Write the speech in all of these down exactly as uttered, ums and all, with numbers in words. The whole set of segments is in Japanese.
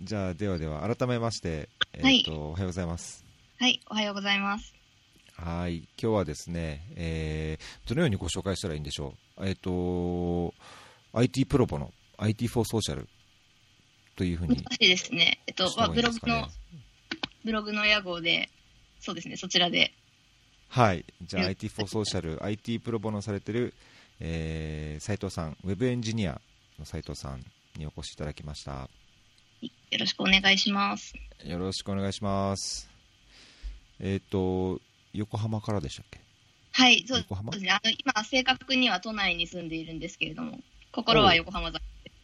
じゃあではでは改めまして、えーとはい、おはようございます。 はい、おはようございます。 はい、今日はですね、えー、どのようにご紹介したらいいんでしょう。えっ、ー、と アイティー プロボの アイティー フォー ソーシャルというふうに難しいですね。えっと、まあ、ブログのブログの屋号で、そうですね、そちらで。 はい、じゃあ アイティー フォー ソーシャル アイティー プロボのされてる、えー、斉藤さん、ウェブエンジニアの斉藤さんにお越しいただきました。 よろしくお願いします。 よろしくお願いします。えっ、ー、と横浜からでしたっけ？ はい、そうですね。あの今正確には都内に住んでいるんですけれども、心は横浜座。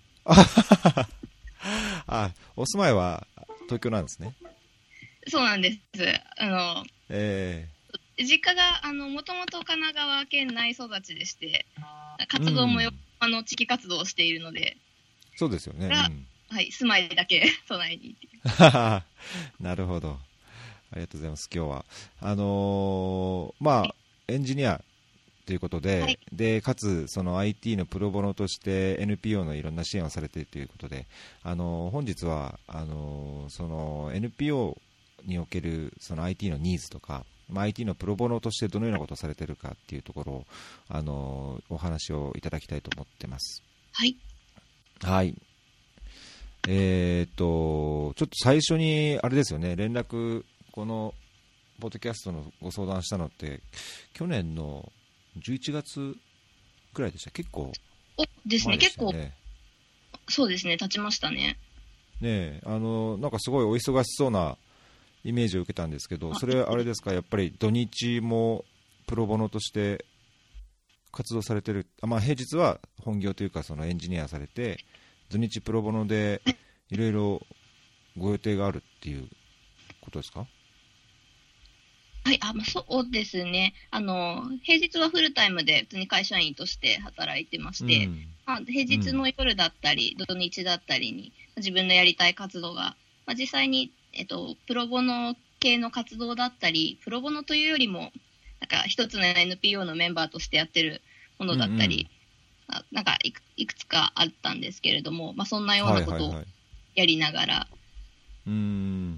あ、お住まいは東京なんですね。 そうなんです。あの、 えー、実家があのもともと神奈川県内育ちでして、活動も横浜の地域活動をしているので、 そうですよね。うん、 はい、住まいだけ都内に。 なるほど。ありがとうございます。今日はあのー、まあ、はい、エンジニアということで、はい、でかつその アイティー のプロボノとして エヌピーオー のいろんな支援をされているということで、あのー、本日はあのー、その エヌピーオー におけるその アイティー のニーズとか、まあ、アイティー のプロボノとしてどのようなことをされているかっていうところを、あのー、お話をいただきたいと思ってます。 はい。 はい。えー、とちょっと最初にあれですよね、連絡このポッドキャストのご相談したのって去年のじゅういちがつくらいでした。結構おですね、結構そうですね、経ちましたね。 ねえ、あのなんかすごいお忙しそうなイメージを受けたんですけど、それあれですか、やっぱり土日もプロボノとして活動されてる、あ、まあ、平日は本業というかそのエンジニアされて、土日プロボノでいろいろご予定があるっていうことですか？ はい、あ、まあ、そうですね。あの、平日はフルタイムで普通に会社員として働いてまして、うん、まあ、平日の夜だったり、うん、土日だったりに自分のやりたい活動が、まあ、実際に、えっと、プロボノ系の活動だったり、プロボノというよりも、なんか一つの エヌピーオー のメンバーとしてやってるものだったり、うんうん、なんかいく、いくつかあったんですけれども、まあ、そんなようなことをやりながら、はいはいはい、 うーん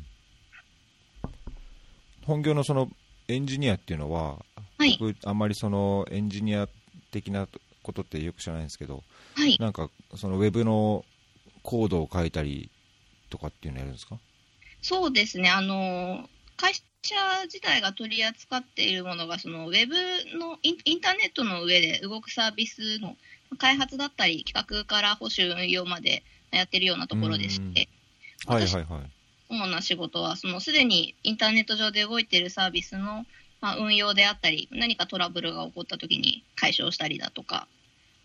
本業のそのエンジニアっていうのは、はい、僕あんまりそのエンジニア的なことってよく知らないんですけど、 はい、 なんかそのウェブのコードを書いたりとかっていうのやるんですか？ そうですね、あの会社自体が取り扱っているものがそのウェブのイン、インターネットの上で動くサービスの開発だったり企画から保守運用までやってるようなところでして、 はいはいはい、 主な仕事はそのすでにインターネット上で動いているサービスの、まあ、運用であったり、何かトラブルが起こったときに解消したりだとか、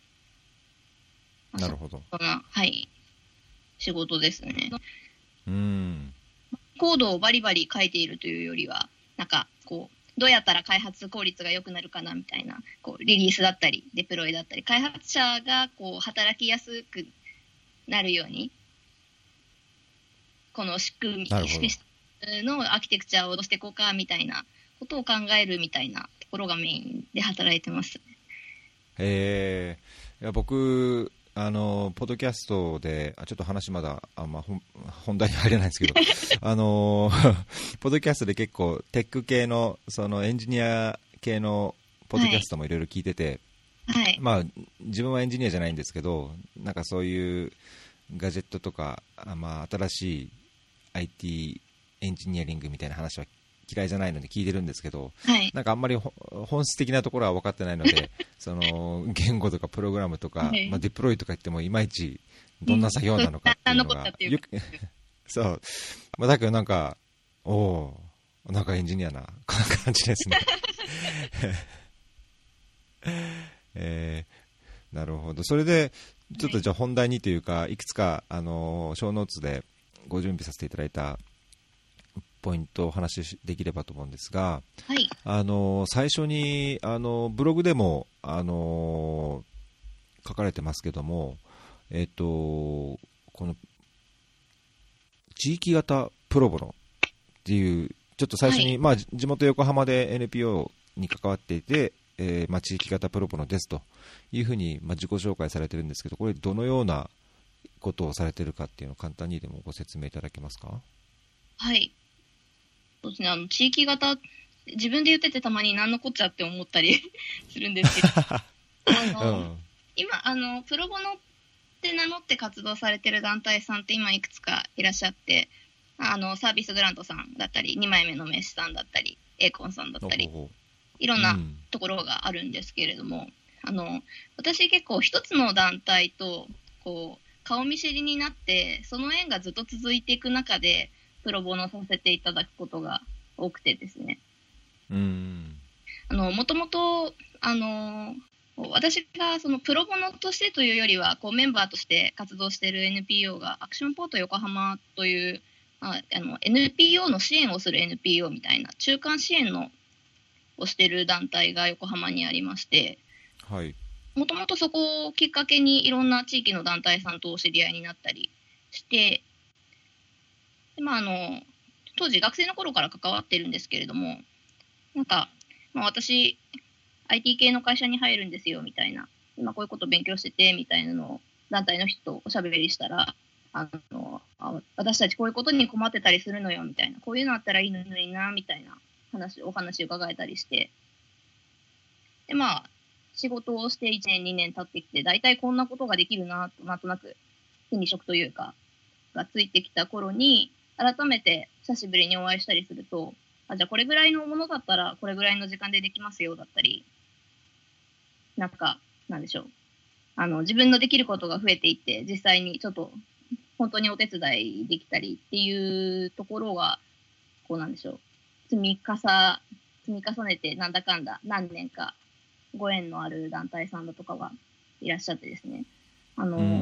なるほど、 そんな、はい、仕事ですね。 うーんコードをバリバリ書いているというよりは、なんかこうどうやったら開発効率が良くなるかなみたいな、こうリリースだったりデプロイだったり、開発者がこう働きやすくなるように、この仕組みのアーキテクチャをどうしていこうかみたいなことを考えるみたいなところがメインで働いてます。 へー、いや僕あのポッドキャストでちょっと話まだあんま本、本題に入れないんですけどあのポッドキャストで結構テック系のそのエンジニア系のポッドキャストもいろいろ聞いてて、 はい、 まあ自分はエンジニアじゃないんですけど、なんかそういうガジェットとか、まあ、新しい アイティー エンジニアリングみたいな話は嫌いじゃないので聞いてるんですけど、 はい、 なんかあんまり本質的なところは分かってないのでその言語とかプログラムとか、はい、まあ、デプロイとか言ってもいまいちどんな作業なのかっていうのが、うん、よくそう、まあ、だけどなんかおおなんかエンジニアなこんな感じですね、えー、なるほど。それでちょっとじゃあ本題にというか、いくつかあのショーノーツでご準備させていただいたポイントをお話しできればと思うんですが、 はい、 あの最初にあのブログでもあの書かれてますけども、えっとこの地域型プロボノっていうちょっと最初に、はい、まあ、地元横浜で エヌピーオー に関わっていて、えーまあ、地域型プロボノですというふうに、まあ、自己紹介されてるんですけど、これどのようなことをされてるかっていうのを簡単にでもご説明いただけますか？ はい。そうですね、あの、地域型、自分で言っててたまに何のこっちゃって思ったりするんですけど、あの、うん、今、あの、プロボノって名乗って活動されてる団体さんって今いくつかいらっしゃって、あの、サービスグラントさんだったり、にまいめの名刺さんだったり、エーコンさんだったり、いろんなところがあるんですけれども、うん、あの、私結構一つの団体と、こう、顔見知りになって、その縁がずっと続いていく中で、プロボノさせていただくことが多くてですね。 うん。 あの、もともと、あの、私がそのプロボノとしてというよりは、こうメンバーとして活動している エヌピーオー がアクションポート横浜という、ああの エヌピーオー の支援をする エヌピーオー みたいな中間支援のをしている団体が横浜にありまして、 はい。 もともとそこをきっかけにいろんな地域の団体さんとお知り合いになったりして、でまあ、あの当時学生の頃から関わってるんですけれども、なんか、まあ、私 アイティー 系の会社に入るんですよみたいな、今こういうこと勉強しててみたいなのを団体の人とおしゃべりしたら、あのあ私たちこういうことに困ってたりするのよみたいな、こういうのあったらいいのになみたいな話お話伺えたりして、でまあ仕事をしていちねんにねん経ってきて、大体こんなことができるなと、なんとなく手に職というかがついてきた頃に、改めて久しぶりにお会いしたりすると、あ、じゃあこれぐらいのものだったらこれぐらいの時間でできますよだったり、なんかなんでしょう、あの自分のできることが増えていって、実際にちょっと本当にお手伝いできたりっていうところが、こうなんでしょう、積み重積み重ねてなんだかんだ何年かご縁のある団体さんだとかがいらっしゃってですね、あの、うんうんうん、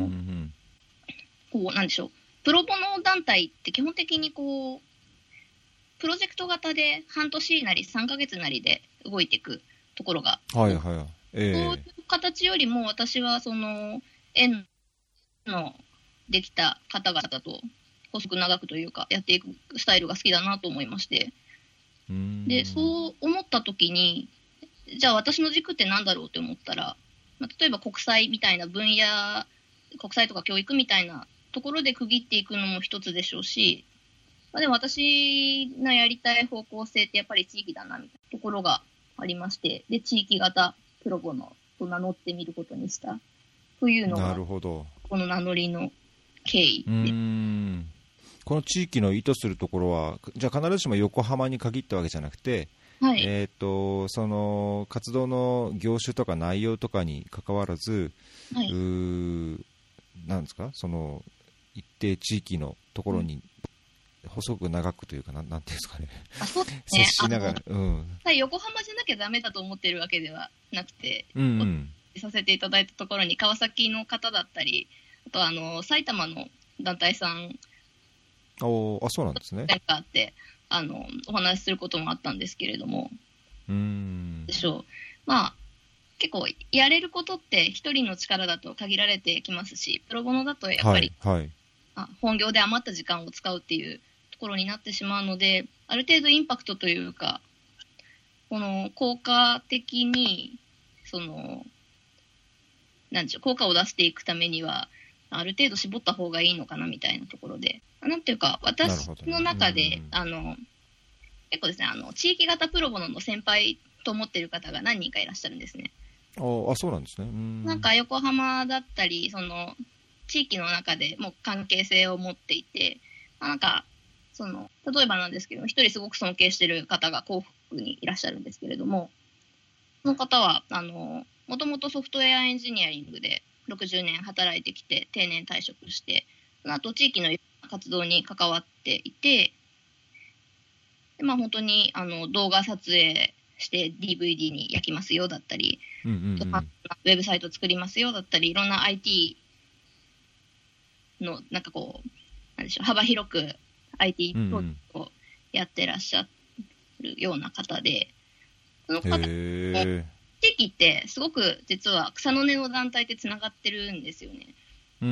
こうなんでしょう、プロボノ団体って基本的にこうプロジェクト型で半年なりさんかげつなりで動いていくところが、 はいはい、えー、 そういう形よりも私はその縁のできた方々と細く長くというかやっていくスタイルが好きだなと思いまして、 うーん、 でそう思った時に、じゃあ私の軸って何だろうって思ったら、まあ、例えば国際みたいな分野、国際とか教育みたいなところで区切っていくのも一つでしょうし、まあ、でも私のやりたい方向性ってやっぱり地域だなみたいなところがありまして、で地域型プロボノと名乗ってみることにしたというのが、 なるほど、 この名乗りの経緯で。 うーん、この地域の意図するところは、じゃあ必ずしも横浜に限ったわけじゃなくて、 はい、 えー、とその活動の業種とか内容とかにかかわらず、 はい、 うーなんですか、その一定地域のところに細く長くというか、なん、なんていうんですかね、 あ、そうですね、 接しながら、うん、 横浜じゃなきゃダメだと思ってるわけではなくて、 うんうん、 させていただいたところに川崎の方だったり、あとはあの埼玉の団体さんおあ、そうなんですね。 があってあのお話しすることもあったんですけれども、 うーん、 でしょう、まあ結構やれることって一人の力だと限られてきますし、プロボノだとやっぱり、 はいはい、 あ本業で余った時間を使うっていうところになってしまうので、ある程度インパクトというか、この効果的にそのなんでしょう、効果を出していくためにはある程度絞った方がいいのかなみたいなところで、なんていうか私の中で、ね、あの結構ですね、あの地域型プロボノの先輩と思っている方が何人かいらっしゃるんですね。 ああ、そうなんですね。うーん、 なんか横浜だったりその地域の中でも関係性を持っていて、なんかその例えばなんですけど、一人すごく尊敬している方が幸福にいらっしゃるんですけれども、その方はあのもともとソフトウェアエンジニアリングでろくじゅうねん働いてきて定年退職して、その後地域の活動に関わっていて、で、まあ、本当にあの動画撮影して ディーブイディー に焼きますよだったり、 うんうんうん、 ウェブサイト作りますよだったり、いろんな アイティー のなんかこうなんでしょう、幅広く アイティー プロジェクトをやってらっしゃるような方で、その方も地域ってすごく実は草の根の団体ってつながってるんですよね。 うん、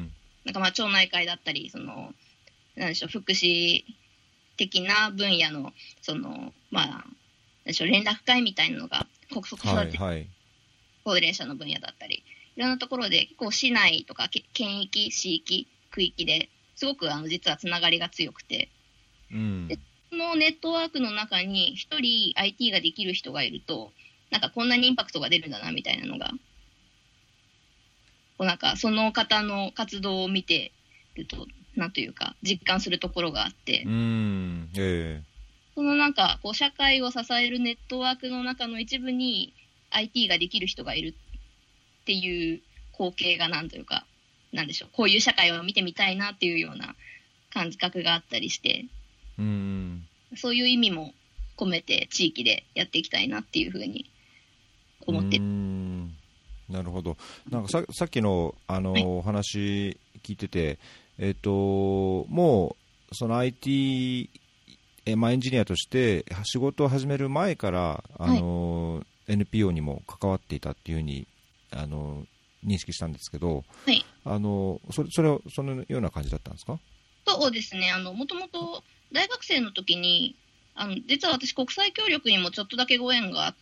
なんかまあ町内会だったり、そのなんでしょう、福祉的な分野のそのまあなんでしょう、連絡会みたいなのが国際育て高齢者の分野だったり、いろんなところで結構市内とか県域、市域、区域ですごくあの実はつながりが強くて、 うん、 でそのネットワークの中に一人 アイティー ができる人がいると、なんかこんなにインパクトが出るんだなみたいなのが、こうなんかその方の活動を見てると、なんというか実感するところがあって、 うん、えーそのなんかこう社会を支えるネットワークの中の一部に アイティー ができる人がいるっていう光景がなんというか、なんでしょう、こういう社会を見てみたいなっていうような感覚があったりして、 うん、 そういう意味も込めて地域でやっていきたいなっていうふうに思ってる。 うん、なるほど。なんか さ, さっきの、あの、はい、お話聞いてて、えーと、もうその アイティーえまあ、エンジニアとして仕事を始める前からあの、はい、エヌピーオー にも関わっていたっていうふうにあの認識したんですけど、 はい、 あのそれそれはそのような感じだったんですか？ そうですね、あのもともと大学生の時にあの実は私国際協力にもちょっとだけご縁があって、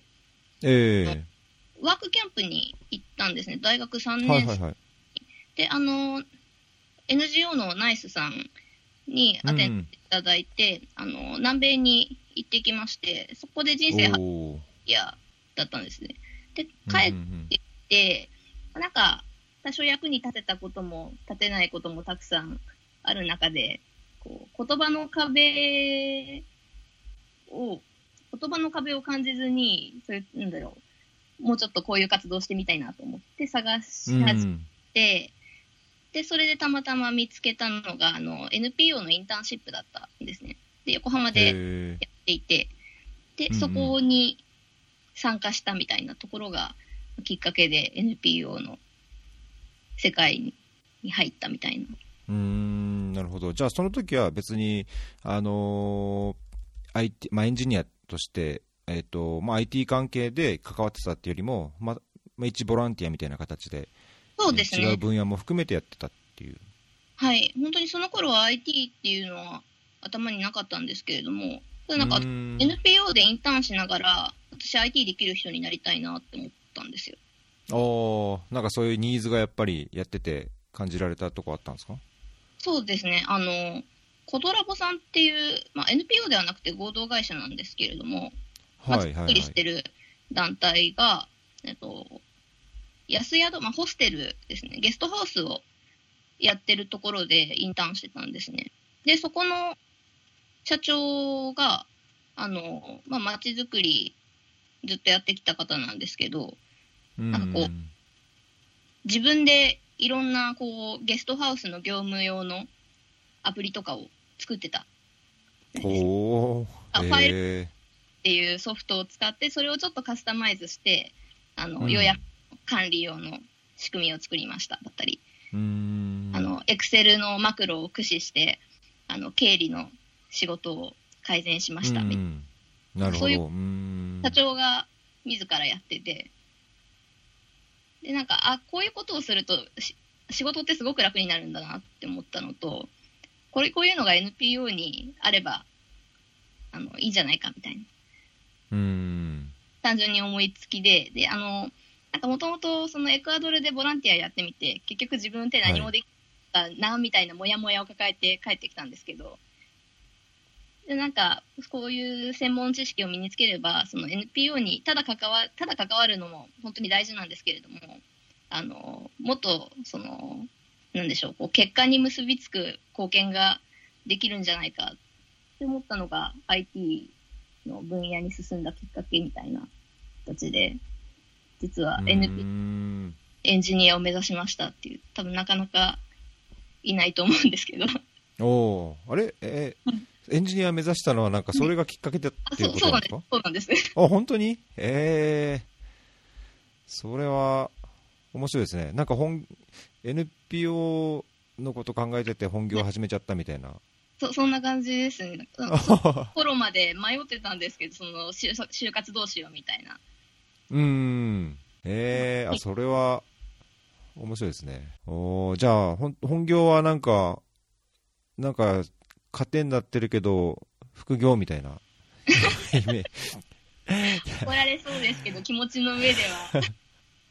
えー、ワークキャンプに行ったんですね、大学さんねん生、はいはいはい、であの エヌジーオー のナイスさんにアテンドいただいて、うん、あの南米に行ってきまして、そこで人生初イヤーだったんですね。で帰ってきて、うんうんうん、なんか多少役に立てたことも立てないこともたくさんある中で、こう言葉の壁を言葉の壁を感じずに、そういうなんだろう、もうちょっとこういう活動してみたいなと思って探し始めて。うんで、それでたまたま見つけたのが、あの、エヌピーオー のインターンシップだったんですね。で、横浜でやっていて、で、そこに参加したみたいなところがきっかけで エヌピーオー の世界に入ったみたいな。 うーん、なるほど。じゃあ、その時は別に、あのー、アイティー、まあ、エンジニアとして、えっと、まあ、アイティー 関係で関わってたっていうよりも、まあ、まあ、一ボランティアみたいな形で、 そうですね、 違う分野も含めてやってたっていう。 はい、本当にその頃は アイティー っていうのは頭になかったんですけれども、なんか エヌピーオー でインターンしながら、私 アイティー できる人になりたいなって思ったんですよ。 おなんかそういうニーズがやっぱりやってて感じられたとこあったんですか？ そうですね、あのコトラボさんっていう、まあ、エヌピーオー ではなくて合同会社なんですけれども、まあ、作りしてる団体が、えっと安宿、まあ、ホステルですね、ゲストハウスをやってるところでインターンしてたんですね。で、そこの社長が、あの、まあ、街づくりずっとやってきた方なんですけど、なんかこう、自分でいろんなこうゲストハウスの業務用のアプリとかを作ってた。 おー、 あ、ファイルっていうソフトを使って、それをちょっとカスタマイズして、あの、うん、予約管理用の仕組みを作りましただったり、 うーん、 あの、Excel のマクロを駆使して、あの、経理の仕事を改善しましたみたいな。 なるほど。 そういう社長が自らやってて、で、なんか、あ、こういうことをすると仕事ってすごく楽になるんだなって思ったのと、これ、こういうのが エヌピーオー にあれば、あの、いいんじゃないかみたいな。 うーん。 単純に思いつきで、で、あの、なんかもともとそのエクアドルでボランティアやってみて、結局自分って何もできたな、みたいなモヤモヤを抱えて帰ってきたんですけど、で、なんか、こういう専門知識を身につければ、その エヌピーオー にただ関わ、ただ関わるのも本当に大事なんですけれども、あの、もっと、その、なんでしょう、こう結果に結びつく貢献ができるんじゃないかって思ったのが アイティー の分野に進んだきっかけみたいな形で、実は エヌピーオー エンジニアを目指しましたっていう、多分なかなかいないと思うんですけど。 おー、あれ、えー、エンジニア目指したのはなんかそれがきっかけだっていうことなんですか？ そうなんです。そうなんです。 あ、本当に？えー、それは面白いですね。なんか本 エヌピーオー のこと考えてて本業を始めちゃったみたいな。 そ, そんな感じですね。頃まで迷ってたんですけど、その就就活どうしようみたいな。 うーん。えー、あ、それは面白いですね。おじゃあ本本業はなんかなんか糧になってるけど副業みたいな怒られそうですけど気持ちの上では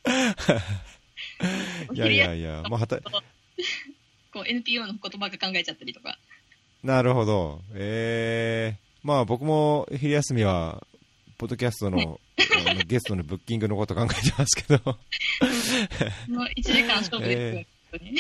いやいやいや、まあ、はた、 こう エヌピーオー の言葉が考えちゃったりとか。 なるほど。えー、まあ僕も昼休みは、ポッドキャストの、あのゲストのブッキングのこと考えてますけど。 もういちじかん勝負ですよね。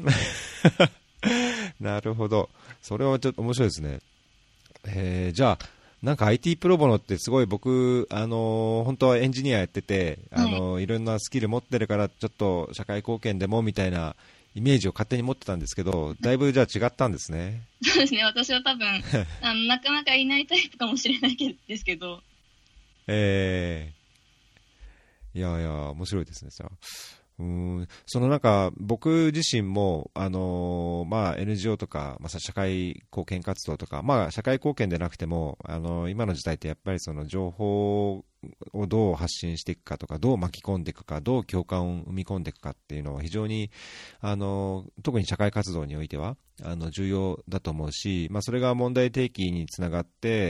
えー、なるほど。それはちょっと面白いですね。えー、じゃあ、なんか アイティー プロボノってすごい僕、あのー本当はエンジニアやってて、あのーいろんなスキル持ってるからちょっと社会貢献でもみたいなイメージを勝手に持ってたんですけど、だいぶじゃあ違ったんですね。 そうですね、私は多分、あの、なかなかいないタイプかもしれないけですけど。 えー、いやいや、面白いですね、じゃあ。うーん、そのなんか僕自身も、あのーまあ、エヌジーオー とか、まあ、社会貢献活動とか、まあ、社会貢献でなくても、あのー今の時代ってやっぱりその情報をどう発信していくかとか、どう巻き込んでいくか、どう共感を生み込んでいくかっていうのは非常に、あのー特に社会活動においてはあの重要だと思うし、まあ、それが問題提起につながって、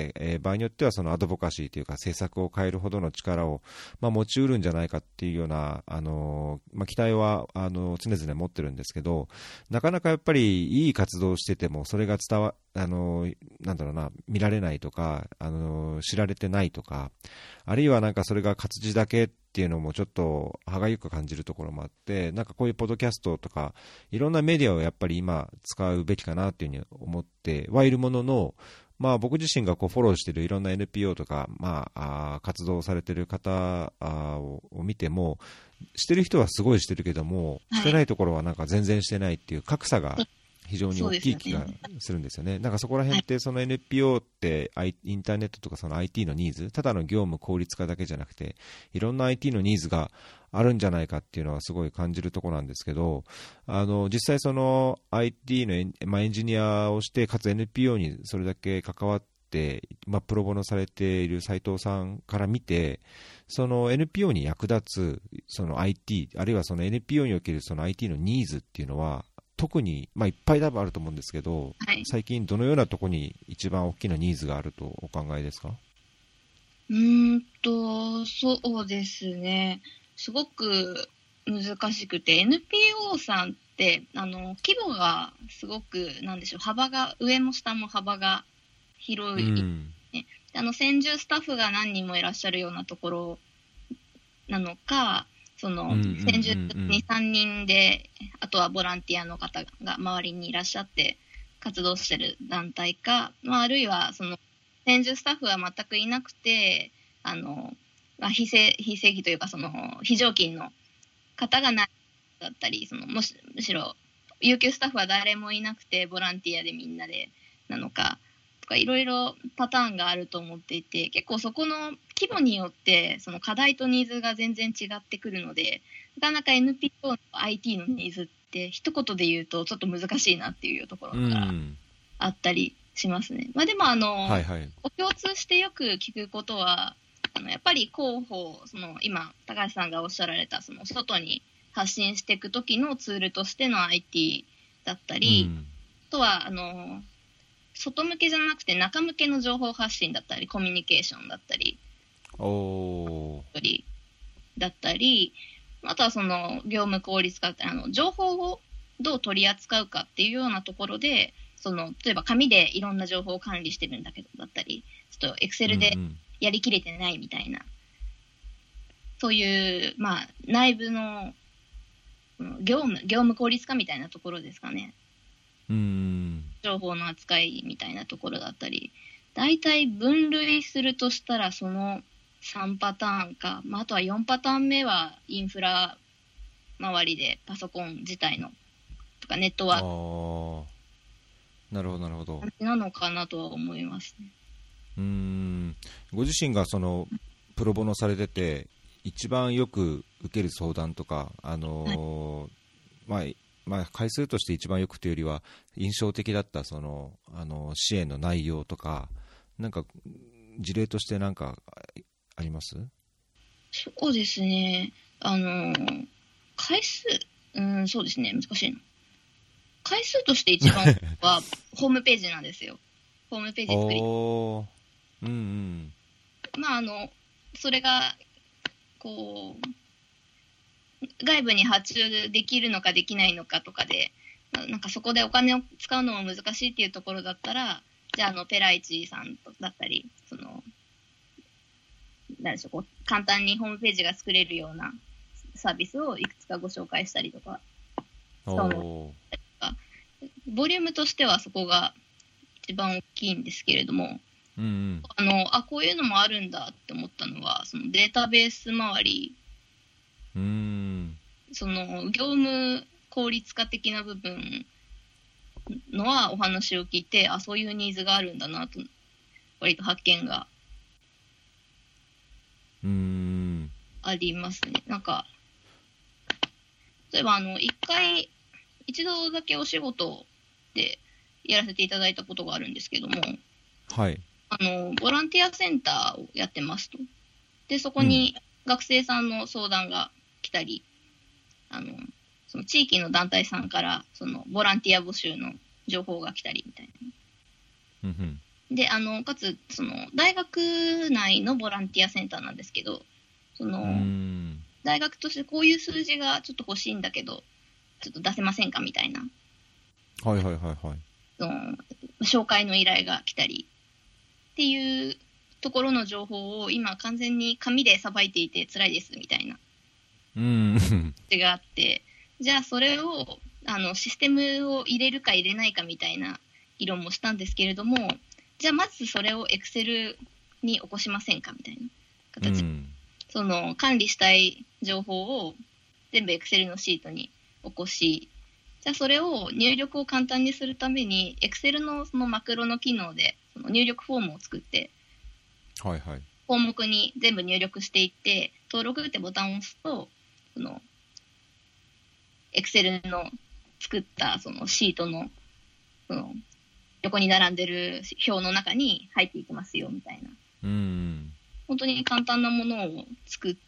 えー場合によってはそのアドボカシーというか政策を変えるほどの力を、まあ、持ちうるんじゃないかっていうような、あのーまあ、期待はあの常々持ってるんですけど、なかなかやっぱりいい活動をしててもそれが伝わあのーなんだろうな、見られないとか、あのー知られてないとか、あるいはなんかそれが活字だけっていうのもちょっと歯がゆく感じるところもあって、なんかこういうポッドキャストとかいろんなメディアをやっぱり今使うべきかなっていうふうに思ってはいるものの、まあ、僕自身がこうフォローしているいろんな エヌピーオー とか、まあ、あ活動されている方あをを見ても、してる人はすごいしてるけども、してないところはなんか全然してないっていう格差が非常に大きい気がするんですよね。なんかそこら辺ってその エヌピーオー ってインターネットとかその アイティー のニーズ、ただの業務効率化だけじゃなくていろんな アイティー のニーズがあるんじゃないかっていうのはすごい感じるところなんですけど、あの実際その アイティー のエン、まあ、エンジニアをしてかつ エヌピーオー にそれだけ関わって、まあ、プロボノされている斉藤さんから見て、その エヌピーオー に役立つその アイティー あるいはその エヌピーオー におけるその アイティー のニーズっていうのは特に、まあ、いっぱい多分あると思うんですけど、 はい、 最近どのようなところに一番大きなニーズがあるとお考えですか？ うーんと、そうですね。すごく難しくて、エヌピーオー さんって、あの、規模がすごく、なんでしょう、幅が、上も下も幅が広い、 うんね。あの、専従スタッフが何人もいらっしゃるようなところなのか、その、 うんうんうんうん専従に、さんにんで、あとはボランティアの方が周りにいらっしゃって活動してる団体か、まあ、あるいは、その、専従スタッフは全くいなくて、あの、まあ、非正非正規というか、その、非常勤の方がないだったり、その、もし、むしろ、有給スタッフは誰もいなくて、ボランティアでみんなで、なのか、とかいろいろパターンがあると思っていて、結構そこの規模によってその課題とニーズが全然違ってくるので、なかなか エヌピーオー の アイティー のニーズって一言で言うとちょっと難しいなっていうところがあったりしますね。まあでもあの、 はいはい、 共通してよく聞くことは、あのやっぱり広報、その今高橋さんがおっしゃられたその外に発信していく時のツールとしての アイティー だったり、 うん、 あとはあの外向けじゃなくて中向けの情報発信だったりコミュニケーションだったりおだったり、あとはその業務効率化ってあの情報をどう取り扱うかっていうようなところで、その例えば紙でいろんな情報を管理してるんだけどだったり、ちょっとエクセルでやりきれてないみたいな、うんうん、そういう、まあ、内部の業務業務効率化みたいなところですかね。 うん、 情報の扱いみたいなところだったり、大体分類するとしたらそのさんパターンか、まあ、あとはよんパターン目はインフラ周りでパソコン自体のとかネットワーク、 なるほどなるほど、 なのかなとは思いますね。 うーん、ご自身がそのプロボノされてて一番よく受ける相談とか、あのーはい、まあまあ、回数として一番よくというよりは印象的だったその、あのー支援の内容とか、なんか事例としてなんかあります？ そうですね、あのー、回数、うん、そうですね、難しいな。回数として一番はホームページなんですよ。ホームページ作り。 おー、うんうん、 まああのそれがこう外部に発注できるのかできないのかとかで、なんかそこでお金を使うのも難しいっていうところだったら、じゃあ、あの、ペライチさんだったり、その、なんでしょう、こう、簡単にホームページが作れるようなサービスをいくつかご紹介したりとか、 おボリュームとしてはそこが一番大きいんですけれども、 うんうん、 あの、あ、こういうのもあるんだって思ったのは、そのデータベース周り、 うーんその業務効率化的な部分のはお話を聞いて、あ、そういうニーズがあるんだなと、割と発見がうーんありますね。なんか、例えばあの、一回、一度だけお仕事でやらせていただいたことがあるんですけども、 はい。 あの、ボランティアセンターをやってますと。で、そこに学生さんの相談が来たり、あの、その地域の団体さんから、そのボランティア募集の情報が来たりみたいな。 うんで、あの、かつ、その、大学内のボランティアセンターなんですけど、その、 うん、うーん大学としてこういう数字がちょっと欲しいんだけど、ちょっと出せませんかみたいな、 はいはいはいはい。 その、紹介の依頼が来たり、っていうところの情報を今完全に紙でさばいていて辛いですみたいなうーんがあって、じゃあそれをあのシステムを入れるか入れないかみたいな議論もしたんですけれども、じゃあまずそれを Excel に起こしませんかみたいな形で、 うん、 その管理したい情報を全部 Excel のシートに起こし、じゃあそれを入力を簡単にするために Excel のそのマクロの機能でその入力フォームを作って、 はいはい。 項目に全部入力していって、登録ってボタンを押すと、その、Excel の作ったそのシートの、その、横に並んでる表の中に入っていきますよ、みたいな。 うーん本当に簡単なものを作って、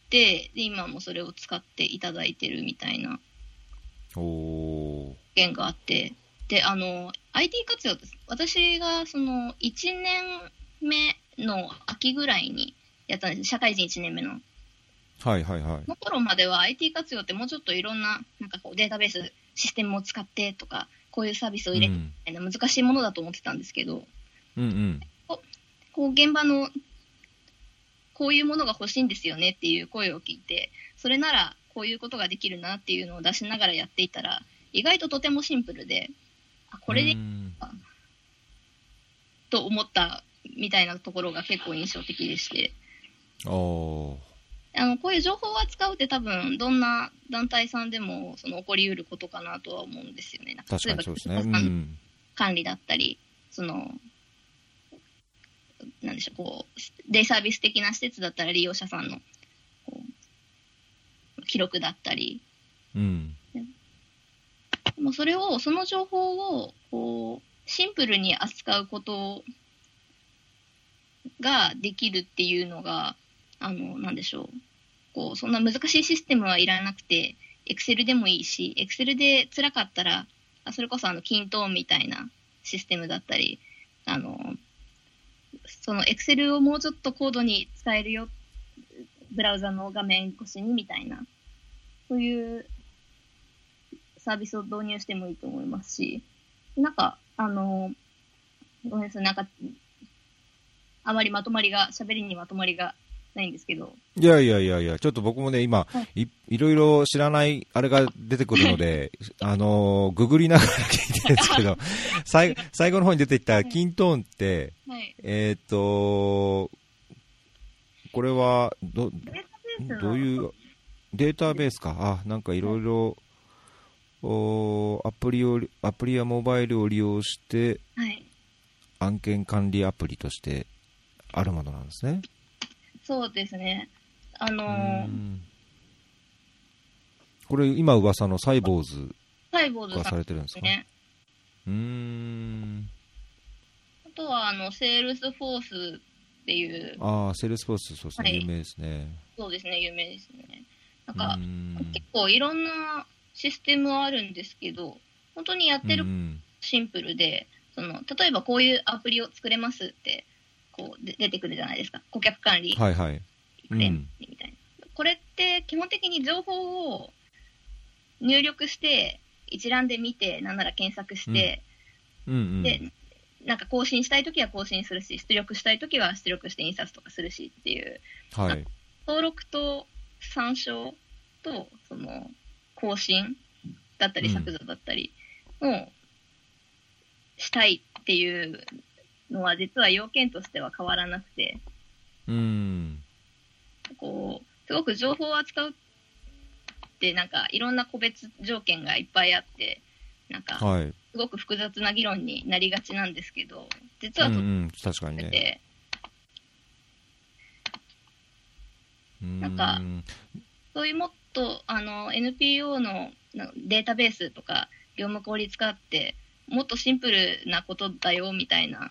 で、今もそれを使っていただいてるみたいなおー件があって、で、あの、アイティー 活用です。私がそのいちねんめの秋ぐらいにやったんです。社会人いちねんめの。 はいはいはい。 その頃までは アイティー 活用ってもうちょっといろんな、なんかこうデータベース、システムを使ってとか、こういうサービスを入れてみたいな難しいものだと思ってたんですけど、 うんうんこうこう現場のこういうものが欲しいんですよねっていう声を聞いて、それならこういうことができるなっていうのを出しながらやっていたら、意外ととてもシンプルで、あ、これでいいうんかと思ったみたいなところが結構印象的でして、 おーあのこういう情報を扱うって多分どんな団体さんでもその起こりうることかなとは思うんですよね。なん確かにそうですね。 例えばうん管理だったり、そのなんでしょう、こうデイサービス的な施設だったら利用者さんのこう記録だったり、 うんもうそれをその情報をこうシンプルに扱うことができるっていうのが、あのなんでしょう。こうそんな難しいシステムはいらなくて、Excel でもいいし、Excel で辛かったら、それこそあのキントーンみたいなシステムだったり、あのその Excel をもうちょっと高度に使えるよ、ブラウザの画面越しにみたいな、そういうサービスを導入してもいいと思いますし、なんか、あの、ごめんなさい、なんか、あまりまとまりが、喋りにまとまりがないんですけど。 いやいやいやいや、ちょっと僕もね、今、 はい、 い, いろいろ知らないあれが出てくるので、あのー、ググりながら聞いてるんですけど、最最後の方に出てきたキントーンって、 はい、 えっ、ー、と、これはど、どういうデータベースか、あ、なんかいろいろ、アプリを、アプリやモバイルを利用して、 はい、 案件管理アプリとしてあるものなんですね。 そうですね。あのー、 これ今噂のサイボーズがされてるんですか？ ね。 うーん。 あとはあのセールスフォースっていう。 ああ、セールスフォース、そうですね、はい、有名ですね。 そうですね、有名ですね。なんか結構いろんなシステムはあるんですけど、本当にやってるシンプルで、その例えばこういうアプリを作れますってこうで出てくるじゃないですか。顧客管理、 はいはい、 うん、みたいな。これって基本的に情報を入力して、一覧で見て、なんなら検索して、 うんうんうん、 で、なんか更新したいときは更新するし、出力したいときは出力して印刷とかするしっていう、 はい、 登録と参照と、その、更新だったり削除だったりをしたいっていうのは、実は要件としては変わらなくて、 うん、 こう、すごく情報を扱うって、なんかいろんな個別条件がいっぱいあって、なんか、すごく複雑な議論になりがちなんですけど、実はと、うんうん、 確かにね。 なんか、そういうもっとあの エヌピーオー のデータベースとか業務効率化ってもっとシンプルなことだよみたいな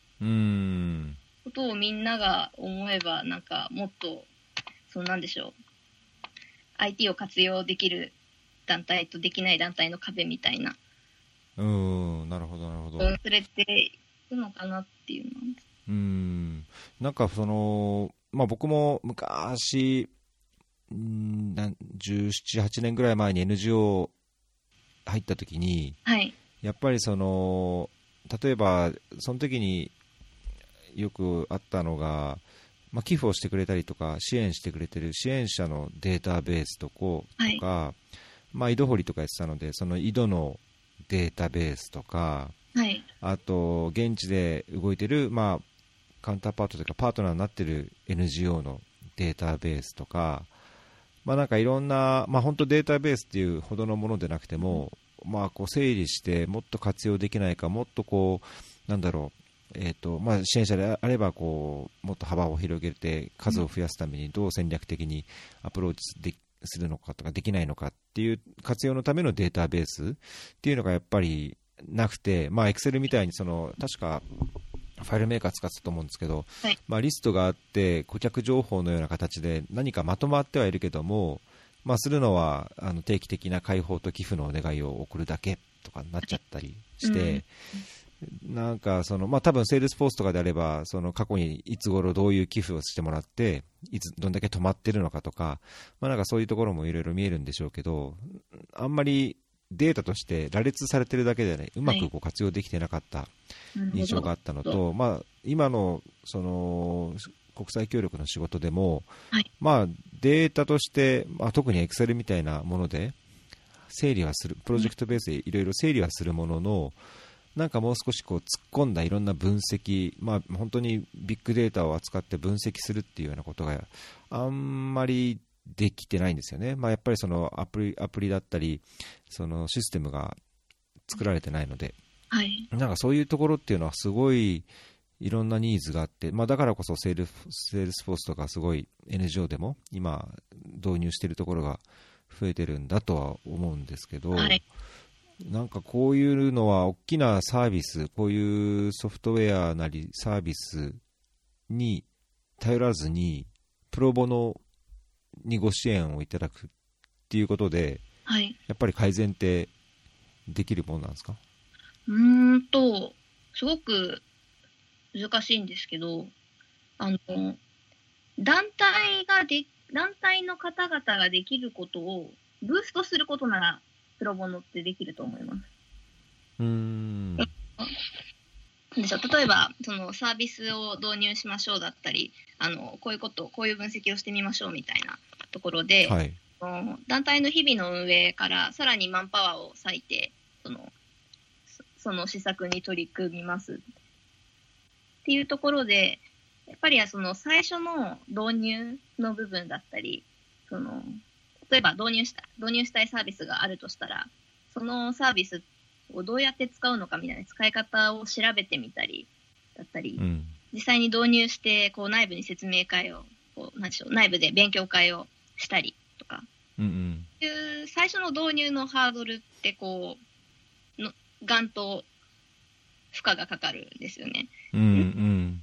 ことをみんなが思えば、なんかもっと、そうなんでしょう、アイティー を活用できる団体とできない団体の壁みたいな。 うーん、なるほどなるほど。 忘れていくのかなっていうのなんです。 うーん、なんかその、まあ僕も昔、んじゅうなな、はちねんぐらい前に エヌジーオー 入った時に、 はい、 やっぱりその、例えばその時によくあったのが、まあ、寄付をしてくれたりとか支援してくれてる支援者のデータベースとこうとか、はい、まあ、井戸掘りとかやってたのでその井戸のデータベースとか、 はい、 あと現地で動いてる、まあ、カウンターパートというかパートナーになってる エヌジーオー のデータベースとか、まあ、なんかいろんな、まあ、本当データベースっていうほどのものでなくても、まあ、こう整理してもっと活用できないか、もっとこうなんだろう、えーとまあ、支援者であればこうもっと幅を広げて数を増やすためにどう戦略的にアプローチでするのかとかできないのかっていう活用のためのデータベースっていうのがやっぱりなくて、まあ、Excel みたいにその確かファイルメーカー使ってたと思うんですけど、 はい、 まあ、リストがあって顧客情報のような形で何かまとまってはいるけども、まあ、するのはあの定期的な開放と寄付のお願いを送るだけとかになっちゃったりして、うん、なんかその、まあ、多分セールスフォースとかであればその過去にいつ頃どういう寄付をしてもらっていつどんだけ止まってるのかとか、まあ、なんかそういうところもいろいろ見えるんでしょうけど、あんまりデータとして羅列されてるだけで、ね、うまくこう活用できてなかった印象があったのと、はい、まあ、今のその国際協力の仕事でも、はい、まあ、データとして、まあ、特に Excel みたいなもので整理はする、プロジェクトベースでいろいろ整理はするものの、なんかもう少しこう突っ込んだいろんな分析、まあ、本当にビッグデータを扱って分析するっていうようなことがあんまりできてないんですよね。まあ、やっぱりそのアプリ、アプリだったりそのシステムが作られてないので、 はい、 なんかそういうところっていうのはすごいいろんなニーズがあって、まあ、だからこそセール、セールスフォースとかすごい エヌジーオー でも今導入しているところが増えてるんだとは思うんですけど、はい、なんかこういうのは大きなサービス、こういうソフトウェアなりサービスに頼らずにプロボノにご支援をいただくっていうことで、 はい、 やっぱり改善ってできるものなんですか？ うーんとすごく難しいんですけど、あの団体がで団体の方々ができることをブーストすることならプロボノってできると思います。 うーんでしょ例えばそのサービスを導入しましょうだったり、あのこういうことこういう分析をしてみましょうみたいなところで、 はい、 団体の日々の運営からさらにマンパワーを割いてそのその施策に取り組みますっていうところで、やっぱりその最初の導入の部分だったり、その例えば導入した導入したいサービスがあるとしたら、そのサービスをどうやって使うのかみたいな使い方を調べてみたりだったり、うん、実際に導入してこう内部に説明会をこうなんでしょう内部で勉強会をしたりとか、 うんうん、 いう最初の導入のハードルってこうのガンと負荷がかかるんですよね。 うんうん、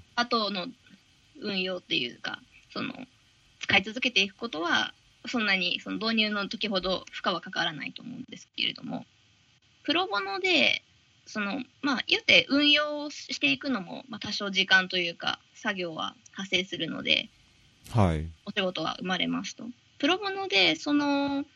後の運用っていうか、その使い続けていくことはそんなにその導入の時ほど負荷はかからないと思うんですけれども、プロボノでそのまあ言って運用していくのも、まあ、多少時間というか作業は発生するので、 はい、 お仕事は生まれますと。プロボノでその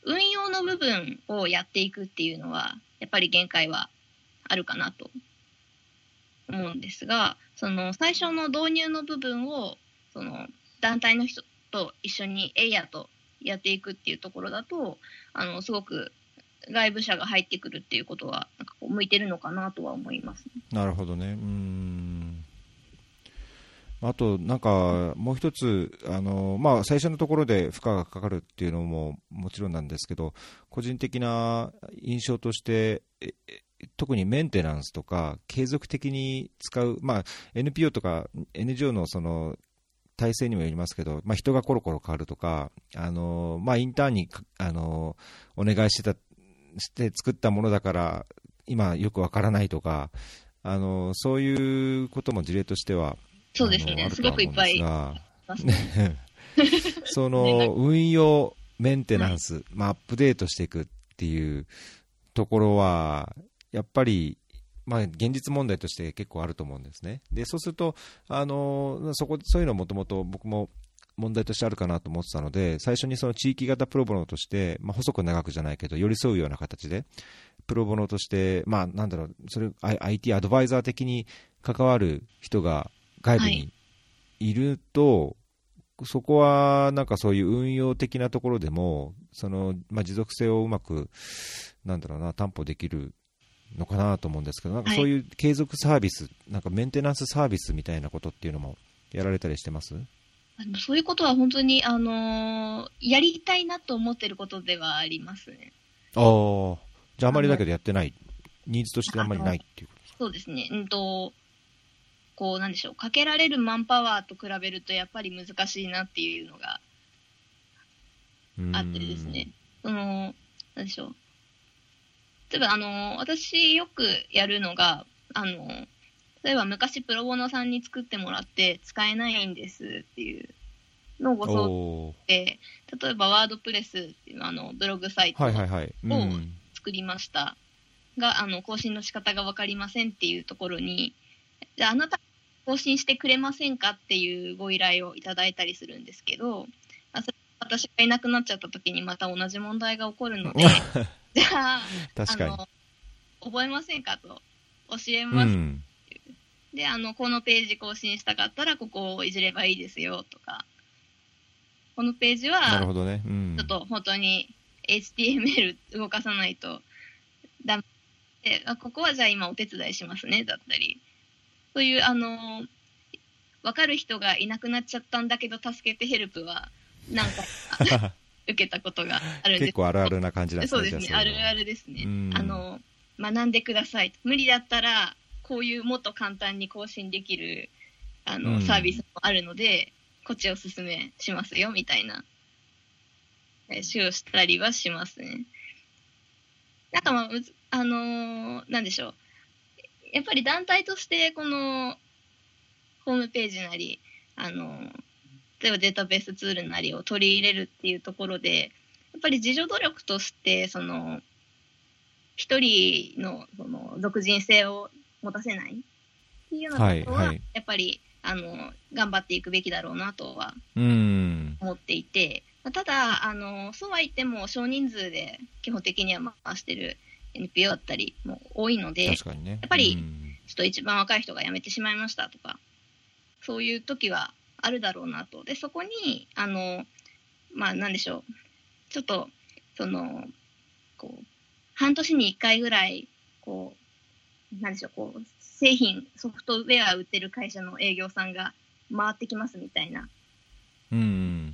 運用の部分をやっていくっていうのは、やっぱり限界はあるかなと思うんですが、その最初の導入の部分を、その団体の人と一緒にエイヤとやっていくっていうところだと、あの、すごく外部者が入ってくるっていうことは、なんかこう向いてるのかなとは思います、ね。 なるほどね。うーん。あと、なんか、もう一つ、あの、まあ、最初のところで負荷がかかるっていうのももちろんなんですけど、個人的な印象として、特にメンテナンスとか、継続的に使う、まあ、エヌピーオー とか エヌジーオー のその、体制にもよりますけど、まあ、人がコロコロ変わるとか、あの、まあ、インターンに、あの、お願いしてた、して作ったものだから、今よくわからないとか、あの、そういうことも事例としては、 そうですね、すごくいっぱいありますね。 その運用、メンテナンス、はい、まあ、アップデートしていくっていうところは、やっぱり、まあ、現実問題として結構あると思うんですね。で、そうすると、あのそこそういうのもともと僕も問題としてあるかなと思ってたので、最初にその地域型プロボノとして、まあ、細く長くじゃないけど、寄り添うような形で、プロボノとして、まあ、なんだろう、それ アイティー アドバイザー的に関わる人が外部にいると、はい、そこはなんかそういう運用的なところでも、そのまあ、持続性をうまくなんだろうな担保できるのかなと思うんですけど、なんかそういう継続サービス、はい、なんかメンテナンスサービスみたいなことっていうのもやられたりしてます？ あのそういうことは本当に、あのー、やりたいなと思ってることではありますね。 ああ、じゃああまりだけどやってない、ニーズとしてあんまりないっていうことですか？ そうですね。うんとこうなんでしょう、かけられるマンパワーと比べるとやっぱり難しいなっていうのがあってですね、そのなんでしょう、例えばあの私よくやるのが、あの例えば昔プロボノさんに作ってもらって使えないんですっていうのをご相談で、例えばワードプレスっていうあのブログサイトを作りました、はいはいはい、があの更新の仕方が分かりませんっていうところに、じゃああなた更新してくれませんかっていうご依頼をいただいたりするんですけど、私がいなくなっちゃった時にまた同じ問題が起こるのでじゃあ、 確かにあの覚えませんかと教えます、うん、であのこのページ更新したかったらここをいじればいいですよとか、このページはなるほどね、うん、 ちょっと本当に エイチティーエムエル 動かさないとダメで、あここはじゃあ今お手伝いしますねだったり、そういうあの分かる人がいなくなっちゃったんだけど助けてヘルプは何回か受けたことがあるんです。 結構あるあるな感じなんですね。 そうですね、あるあるですね。あの学んでください、無理だったらこういうもっと簡単に更新できるあのサービスもあるので、こっちをおすすめしますよみたいな使用したりはしますね。なんかまあ、あのー、なんでしょう、やっぱり団体としてこのホームページなり、あの例えばデータベースツールなりを取り入れるっていうところで、やっぱり自助努力としてその一人のその独自性を持たせないっていうようなことは、やっぱりあの頑張っていくべきだろうなとは思っていて、ただあのそうは言っても少人数で基本的には回してる エヌピーオー だったりも多いので、 確かにね、 やっぱりちょっと一番若い人が辞めてしまいましたとか、そういう時はあるだろうなと。でそこにあのまあなんでしょう、ちょっとそのこう半年にいっかいぐらいこうなんでしょう、こう製品ソフトウェア売ってる会社の営業さんが回ってきますみたいな、 うん、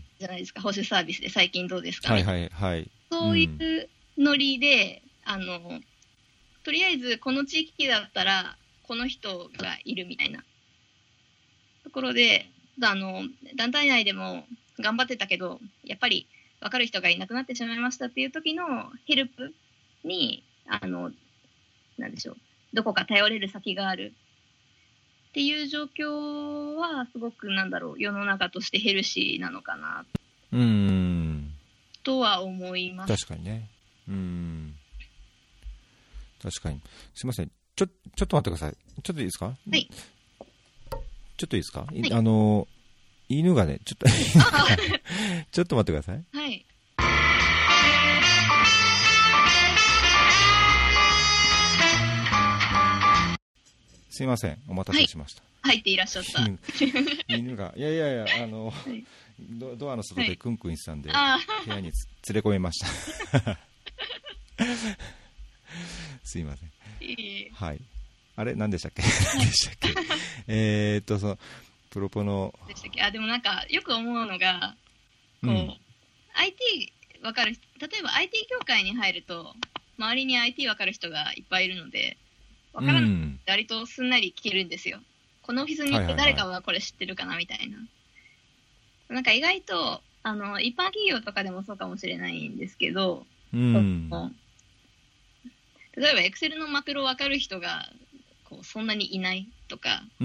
じゃないですか、保守サービスで最近どうですか、 はいはいはい、 そういうノリで、うん、あのとりあえずこの地域だったらこの人がいるみたいなところで、あの団体内でも頑張ってたけどやっぱり分かる人がいなくなってしまいましたっていう時のヘルプにあのなんでしょう、どこか頼れる先があるっていう状況はすごくなんだろう、世の中としてヘルシーなのかなうーんとは思います。 確かにね、うーん確かに。すいません、ちょちょっと待ってください。ちょっといいですか？ はい。 ちょっといいですか？ はい、 あの犬がね、ちょっとちょっと待ってください。 はい。 すいません、お待たせしました。 はい、入っていらっしゃった。 犬が、いやいやいや、あの、はい、ド, ドアの外でクンクンしてたんで、はい、部屋に連れ込みました。すいません。いいはい。あれ何でしたっけ何でしたっけえーっと、その、プロポの。 でしたっけあ、でもなんか、よく思うのが、こう、うん、アイティー 分かる、例えば アイティー 業界に入ると、周りに アイティー 分かる人がいっぱいいるので、分からないと割とすんなり聞けるんですよ。このオフィスに行って誰かはこれ知ってるかなみたいな。はいはいはい、なんか意外と、あの、一般企業とかでもそうかもしれないんですけど、 うん、 例えば Excel のマクロ分かる人がこうそんなにいないとか、 うん、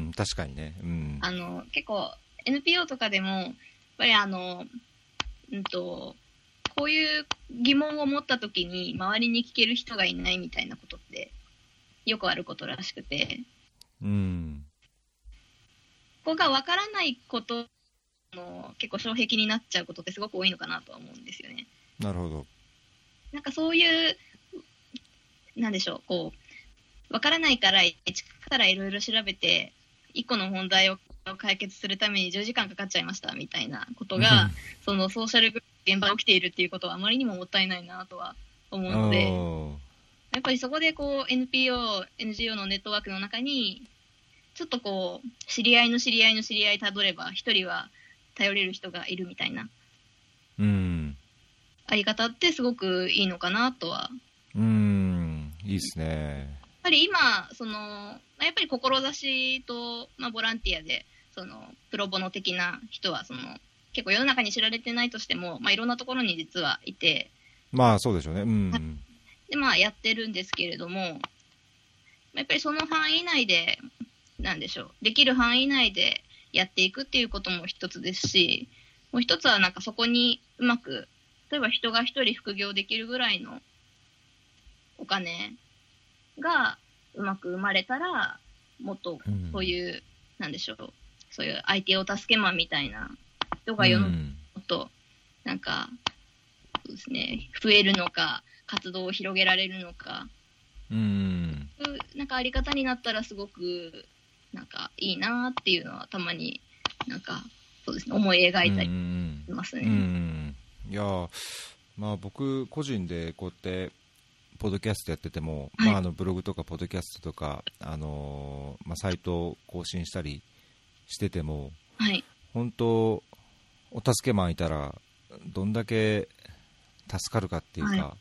確かにね、うん、 あの結構 エヌピーオー とかでもやっぱりあの、うんと、こういう疑問を持った時に周りに聞ける人がいないみたいなことってよくあることらしくて、 うん、 ここが分からないことの結構障壁になっちゃうことってすごく多いのかなとは思うんですよね。 なるほど。 なんかそういうなんでしょう、こう分からないから一からいろいろ調べていっこの問題を解決するためにじゅうじかんかかっちゃいましたみたいなことがそのソーシャル現場で起きているっていうことはあまりにももったいないなとは思うので、やっぱりそこでこう エヌピーオー、エヌジーオー のネットワークの中にちょっとこう知り合いの知り合いの知り合いたどれば一人は頼れる人がいるみたいな、 うん、 あり方ってすごくいいのかなとは。 うーん、いいですね。 やっぱり今そのやっぱり志と、まあ、ボランティアでそのプロボノ的な人はその結構世の中に知られてないとしても、まあ、いろんなところに実はいて、 まあそうでしょうね、うん、 でまあやってるんですけれども、やっぱりその範囲内でなんでしょう、できる範囲内でやっていくっていうことも一つですし、もう一つはなんかそこにうまく例えば人が一人副業できるぐらいのお金がうまく生まれたらもっとそういう、うん、なんでしょう、そういう アイティー お助けマンみたいな人が世の中にもっとなんかそうですね増えるのか活動を広げられるのか、 うん、 なんかあり方になったらすごくなんかいいなっていうのはたまになんかそうですね思い描いたりしますね。うんうん、 いやまあ僕個人でこうやってポッドキャストやってても、 はい、 まあ、あのブログとかポッドキャストとか、あのーまあ、サイトを更新したりしてても、 はい、 本当お助けマンいたらどんだけ助かるかっていうか、はい、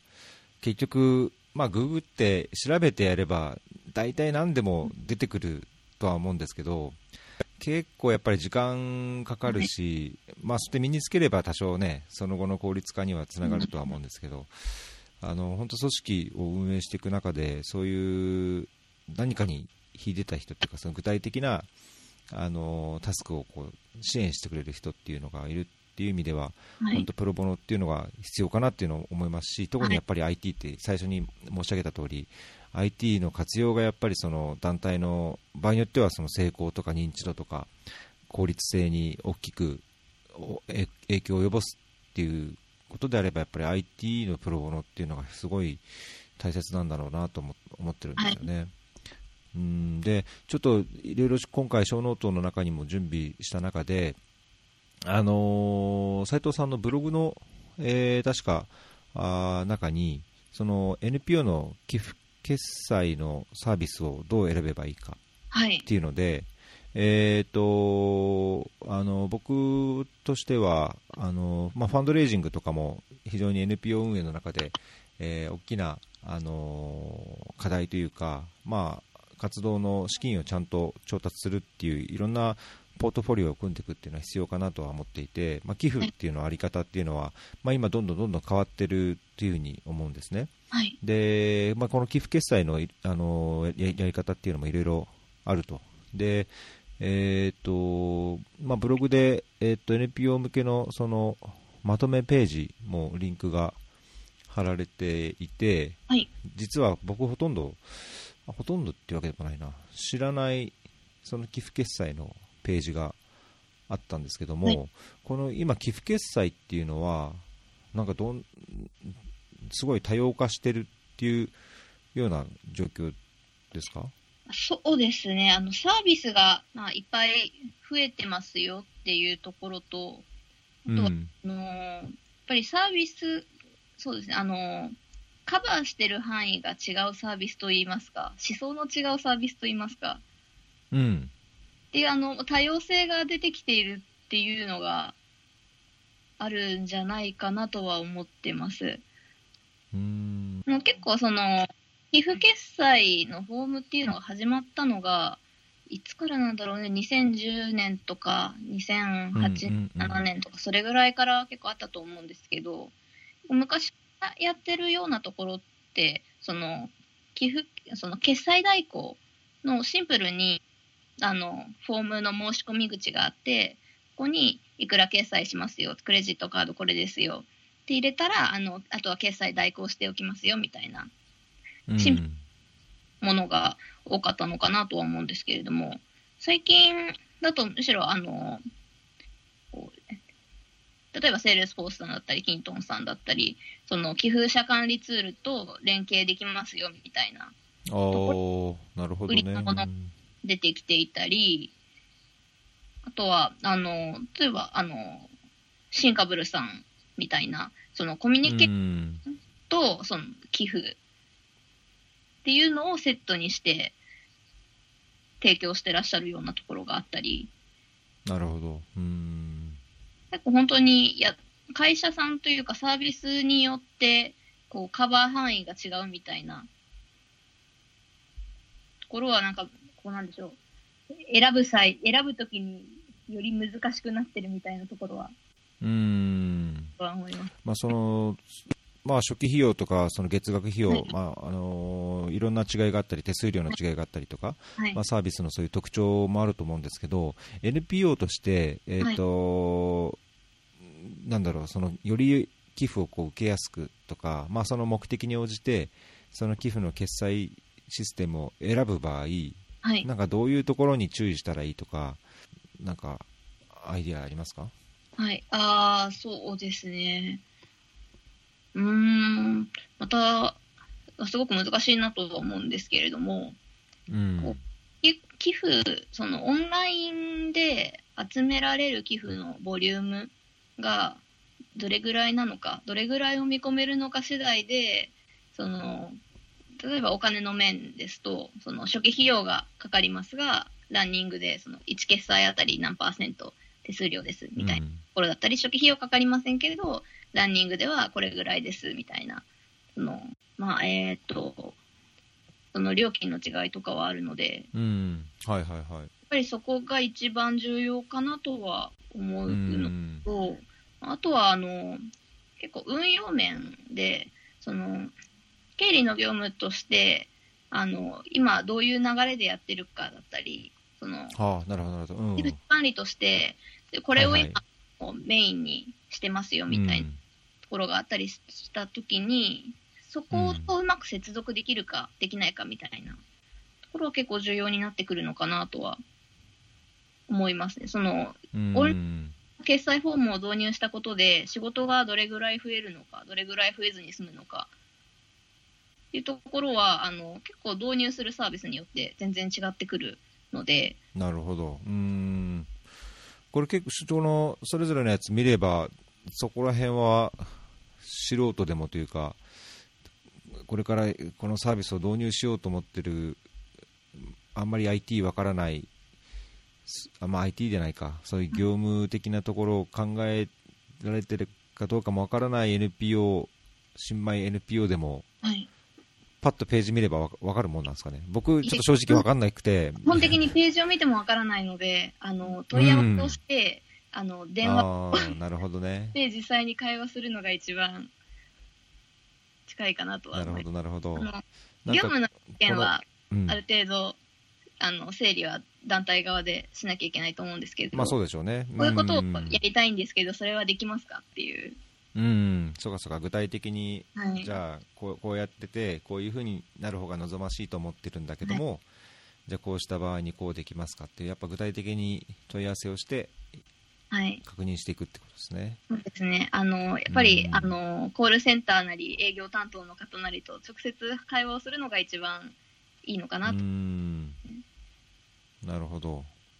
結局、まあ、ググって調べてやれば大体何でも出てくるとは思うんですけど、結構やっぱり時間かかるし、はい、まあ、そして身につければ多少ねその後の効率化にはつながるとは思うんですけど、あの本当組織を運営していく中でそういう何かに秀でた人というかその具体的なあのタスクをこう支援してくれる人っていうのがいるっていう意味では、はい、本当プロボノっていうのが必要かなっていうのを思いますし、特にやっぱり アイティー って最初に申し上げた通り アイティー の活用がやっぱりその団体の場合によってはその成功とか認知度とか効率性に大きく影響を及ぼすっていうことであればやっぱり アイティー のプロボノっていうのがすごい大切なんだろうなと思ってるんですよね。はい、うんでちょっといろいろ今回小ノートの中にも準備した中で、あのー、斉藤さんのブログの、えー、確かあ中にその エヌピーオー の寄付決済のサービスをどう選べばいいかっていうので、はい、えーとあの僕としてはあの、まあ、ファンドレイジングとかも非常に エヌピーオー 運営の中で、えー、大きな、あの課題というか、まあ、活動の資金をちゃんと調達するっていういろんなポートフォリオを組んでいくっていうのは必要かなとは思っていて、まあ、寄付っていうのはあり方っていうのは、まあ、今どんどんどんどん変わってるっていうふうに思うんですね。 はい、 で、まあ、この寄付決済の、あのやり方っていうのもいろいろあると。でえーとまあ、ブログで、えーと エヌピーオー 向けのそのまとめページもリンクが貼られていて、 はい、 実は僕ほとんどほとんどっていうわけでもないな、知らないその寄付決済のページがあったんですけども、はい、この今寄付決済っていうのはなんかどんすごい多様化してるっていうような状況ですか？ そうですね。あの、サービスが、まあ、いっぱい増えてますよっていうところと、あとは、 うん。 あのやっぱりサービス、そうですね。あのカバーしてる範囲が違うサービスといいますか、思想の違うサービスといいますか、 うん。 っていうあの多様性が出てきているっていうのがあるんじゃないかなとは思ってます。 うーん。 もう結構その、寄付決済のフォームっていうのが始まったのが、いつからなんだろうね、にせんじゅうねんとかうん。うにせんはち、 ん。うん。 ななねんとか、それぐらいから結構あったと思うんですけど、昔やってるようなところって、その、寄付、その決済代行のシンプルに、あの、フォームの申し込み口があって、ここにいくら決済しますよ、クレジットカードこれですよって入れたら、あの、あとは決済代行しておきますよみたいな、シンプルうん。 なものが多かったのかなとは思うんですけれども、最近だとむしろ、あの、例えばセールスフォースさんだったり、キントンさんだったり、その寄付者管理ツールと連携できますよみたいなあところ、 あ、なるほ売どね。うりのものん。 出てきていたり、あとは、あの、例えば、あの、シンカブルさんみたいな、そのコミュうニケーシん。 ョンと、その寄付っていうのをセットにして提供してらっしゃるようなところがあったり、 なるほど。うん。 結構本当に、や、会社さんというかサービスによって、こう、カバー範囲が違うみたいなところは、なんか、こうなんでしょう。選ぶ際、選ぶときにより難しくなってるみたいなところは、 うん。 は思います。 まあ、その、まあ、初期費用とかその月額費用、 はい。 まああのいろんな違いがあったり手数料の違いがあったりとか、 はい。 まあ、サービスのそういう特徴もあると思うんですけど エヌピーオー として、えーはい。 となんだろうそのより寄付をこう受けやすくとか、まあ、その目的に応じてその寄付の決済システムを選ぶ場合はい。 なんかどういうところに注意したらいいとかなんかアイディアありますか？ はい。ああ、そうですね。うーん。また、すごく難しいなとは思うんですけれども、こう、 うん寄寄付、そのオンラインで集められる寄付のボリュームがどれぐらいなのか、どれぐらいを見込めるのか次第で、その、例えばお金の面ですと、その初期費用がかかりますが、ランニングでそのいち決済あたり何パーセント手数料ですみたいなとうんころだったり、初期費用かかりませんけれど、ランニングではこれぐらいですみたいな、その、まあ、えーっと、その料金の違いとかはあるので、やっうんはいはいはいぱりそこが一番重要かなとは思ううのんと、あとは、あの、結構運用面で、その、経理の業務として、あの、今どういう流れでやってるかだったり、その、 はあ、なるほど、なるほど。う事務ん。 管理として、これを今はいはい。 メインにしてますよみたいなうん。 ところがあったりしたときに、そこうん。 とうまく接続できるかできないかみたいなところは結構重要になってくるのかなとは思いますね。その、 うオンラインん。 決済フォームを導入したことで仕事がどれぐらい増えるのか、どれぐらい増えずに済むのかっていうところは、あの、結構導入するサービスによって全然違ってくるので、 なるほど。うん。これ結構、主張のそれぞれのやつ見れば、そこら辺は素人でもというか、これからこのサービスを導入しようと思ってる、あんまり アイティー わからない、あまあ、アイティー じゃないか、そういう業務的なところを考えられてるかどうかもわからない エヌピーオー、新米 エヌピーオー でも、 はい。 パッとページ見ればわわかるもんなんですかね。僕、ちょっと正直わかんなくて、 基本的にページを見てもわからないので、あの、 う問い合わせをん。 して、あの、電話ああ、なるほどね。 で実際に会話するのが一番近いかなとは思います。 なるほど、なるほど。 あの、 なんか、 業務のこの、 件は、 うん。 ある程度、あの、整理は団体側でしなきゃいけないと思うんですけまあそど、 うでしょうね。うこういうことをん。 やりたいんですけど、それはできますかっていう。 うん。そうかそうか。具体的に、 はい。 じゃあこう、こうやってて、こういう風になる方が望ましいと思ってるんだけどはい。 も、じゃあこうした場合にこうできますかっていう、やっぱ具体的に問い合わせをしてはい。 確認していくってことですね。 そうですね。あの、やうっぱり、あん。 の、コールセンターなり営業担当の方なりと直接会話をするのが一番いいのかうなと。 ん、なるほど。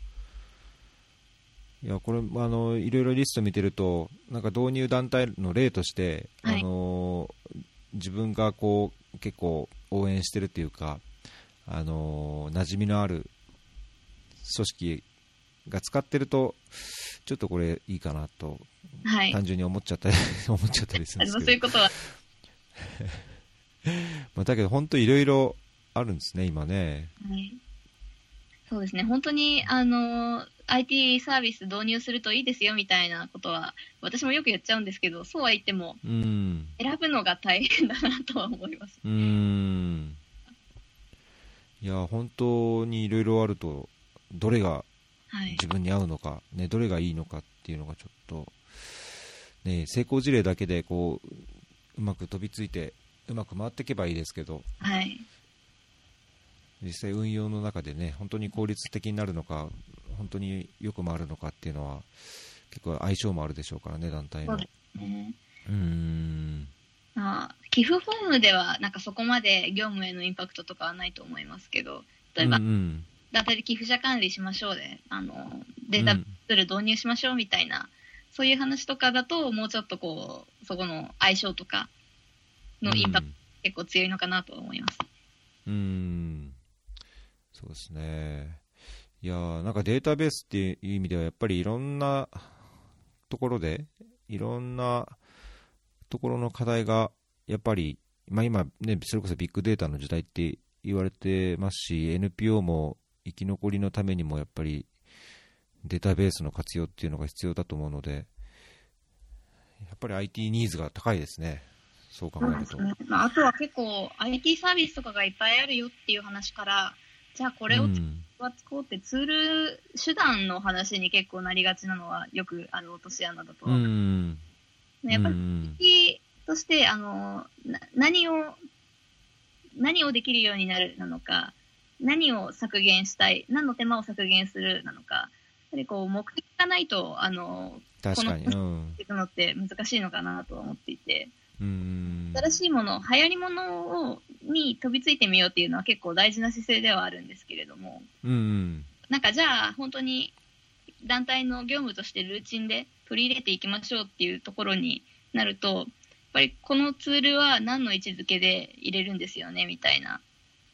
いやこれあのいろいろリスト見てると、なんか導入団体の例として、 はい、 あの自分がこう結構応援してるというか、あの馴染みのある組織が使ってると、ちょっとこれいいかなとはい。 単純に思っちゃったり思っちゃったりするんあの、 ですけど、 そういうことは、 まあ、だけど本当いろいろあるんですね今ね。 はい、そうですね。本当に、あの、アイティー サービス導入するといいですよみたいなことは、私もよく言っちゃうんですけど、そうは言っても、 うん、 選ぶのが大変だなとは思います。 うーん、いや本当にいろいろあると、どれがはい。 自分に合うのか、ね、どれがいいのかっていうのがちょっと、ね、成功事例だけでこううまく飛びついてうまく回っていけばいいですけど、 はい。 実際運用の中でね本当に効率的になるのか、本当によく回るのかっていうのは結構相性もあるでしょうからね、団体の。 そうですね。 うーん、 まあ、寄付フォームでは、なんかそこまで業務へのインパクトとかはないと思いますけど、例うんうえば、 ん団体で寄付者管理しましょうで、あの、データベーうんス導入しましょうみたいな、そういう話とかだと、もうちょっとこう、そこの相性とかうのインパクトん結構強いのかなと思います。 うーん、そうですね。いやーなんかデータベースっていう意味ではやっぱりいろんなところでいろんなところの課題がやっぱり、まあ、今、ね、それこそビッグデータの時代って言われてますし、 エヌピーオー も生き残りのためにもやっぱりデータベースの活用っていうのが必要だと思うので、やっぱり アイティー ニーズが高いですね、そう考えると。 そうですね。まあ、あとは結構 アイティー サービスとかがいっぱいあるよっていう話から、じゃあこうれを使んおうってツール、手段の話に結構なりがちなのはよくある落とし穴だとうは思んう。 うやっぱりんアイティー として、あの、な何を、何をできるようになるなのか、何を削減したい、何の手間を削減するなのか、やはりこう目的がないと、あの、この、 確かに。うんいくのって難しいのかなとは思っていて。 うん新しいもの、流行りものをに飛びついてみようっていうのは結構大事な姿勢ではあるんですけれども、 うんなんかじゃあ本当に団体の業務としてルーチンで取り入れていきましょうっていうところになると、やっぱりこのツールは何の位置づけで入れるんですよねみたいな。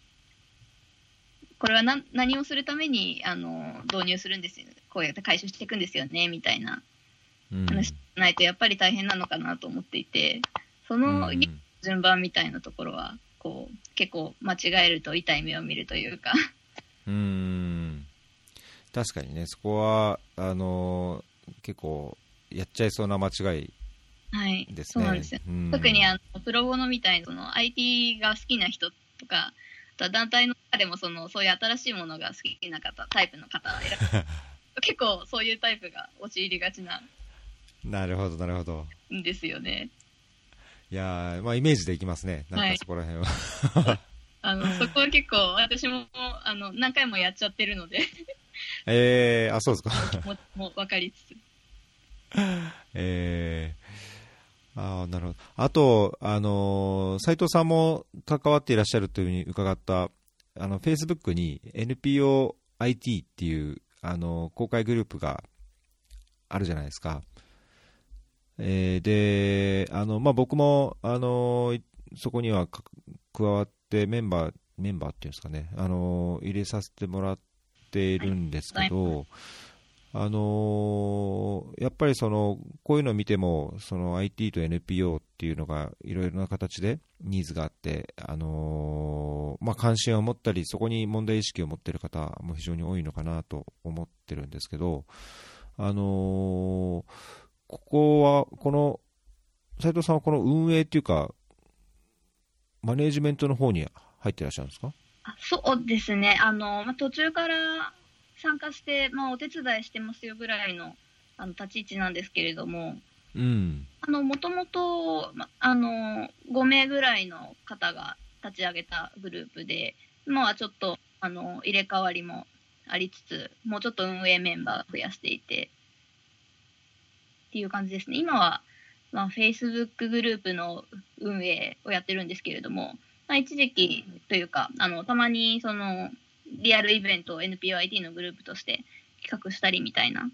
これは何何をするためにあの導入するんですよ、こうやって回収していくんですよねみたいな話しうんないとやっぱり大変なのかなと思っていて、そうのん順番みたいなところはこう結構間違えると痛い目を見るというか。 うん確かにね、そこはあのー結構やっちゃいそうな間違いはい、 ですね。 そうなんですよ。 うん、 特にあのプロボノみたいなその アイティー が好きな人とか、あとは団体の中でもそのそういう新しいものが好きな方、タイプの方選ぶ結構そういうタイプが陥りがちななるほどなるほど。 んですよね。 いやー、まあ、イメージでいきますね、なんはい。 かそこら辺は。 あのそこは結構私もあの何回もやっちゃってるのでえー、あ、そうですか。 ももう分かりつつ。 えー、あーなるほど。あと、あのー斉藤さんも関わっていらっしゃるというふうに伺った、あの、Facebook に エヌピーオーアイティー っていう、あのー公開グループがあるじゃないですか。えーで、あの、まあ、僕も、あのいそこにはか加わってメンバー、メンバーっていうんですかね、あの入れさせてもらっていはい。 るんですございます。 けど、あのやっぱりそのこういうのを見てもその アイティー と エヌピーオー っていうのがいろいろな形でニーズがあって、あのまあ、関心を持ったりそこに問題意識を持っている方も非常に多いのかなと思ってるんですけど、あのここはこの斉藤さんはこの運営っていうかマネージメントの方に入ってらっしゃるんですか？ あ、そうですね。あの、まあ、途中から参加して、まあ、お手伝いしてますよぐらいの、あの立ち位置なんですけれども、 うん。 あの、もともと、まあの、ごめいぐらいの方が立ち上げたグループで、今はちょっと、あの、入れ替わりもありつつ、もうちょっと運営メンバーを増やしていて、っていう感じですね。今は、まあ、Facebook グループの運営をやってるんですけれども、 まあ、一時期というか、あのたまにそのリアルイベントを エヌピーオーアイティー のグループとして企画したりみたいな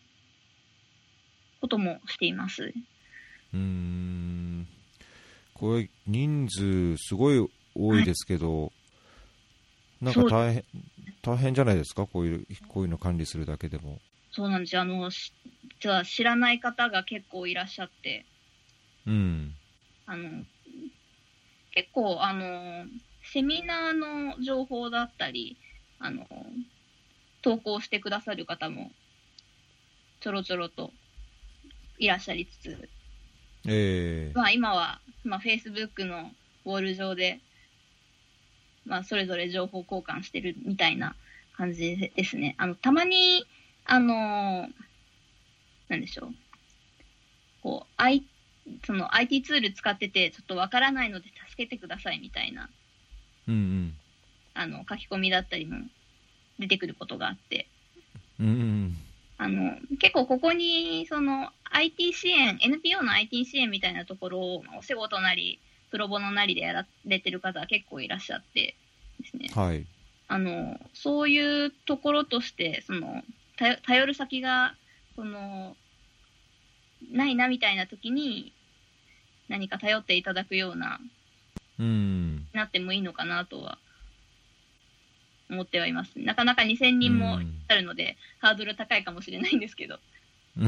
こともしています。 うーん、これ人数すごい多いですけど、はい、なんか大変大変じゃないですか、こういうこういうの管理するだけでも。 そうなんですよ。あの実は知らない方が結構いらっしゃって、 うん、 あの結構あのセミナーの情報だったり、あの投稿してくださる方もちょろちょろといらっしゃりつつ、 えーまあ、今は、まあ、Facebook のウォール上で、まあ、それぞれ情報交換してるみたいな感じですね。あのたまにあのなんでしょう、こう、I、その アイティー ツール使っててちょっとわからないので助けてくださいみたいな、 うんうん、 あの書き込みだったりも出てくることがあって、 うんうん、 あの結構ここにその アイティー 支援 エヌピーオー の アイティー 支援みたいなところをお仕事なりプロボノなりでやられてる方は結構いらっしゃってですね、 はい、 あのそういうところとしてその頼る先がそのないなみたいな時に何か頼っていただくような、 うん、 なってもいいのかなとは思ってはいます。なかなかにせんにんもあるので、うん、ハードル高いかもしれないんですけど。 うん、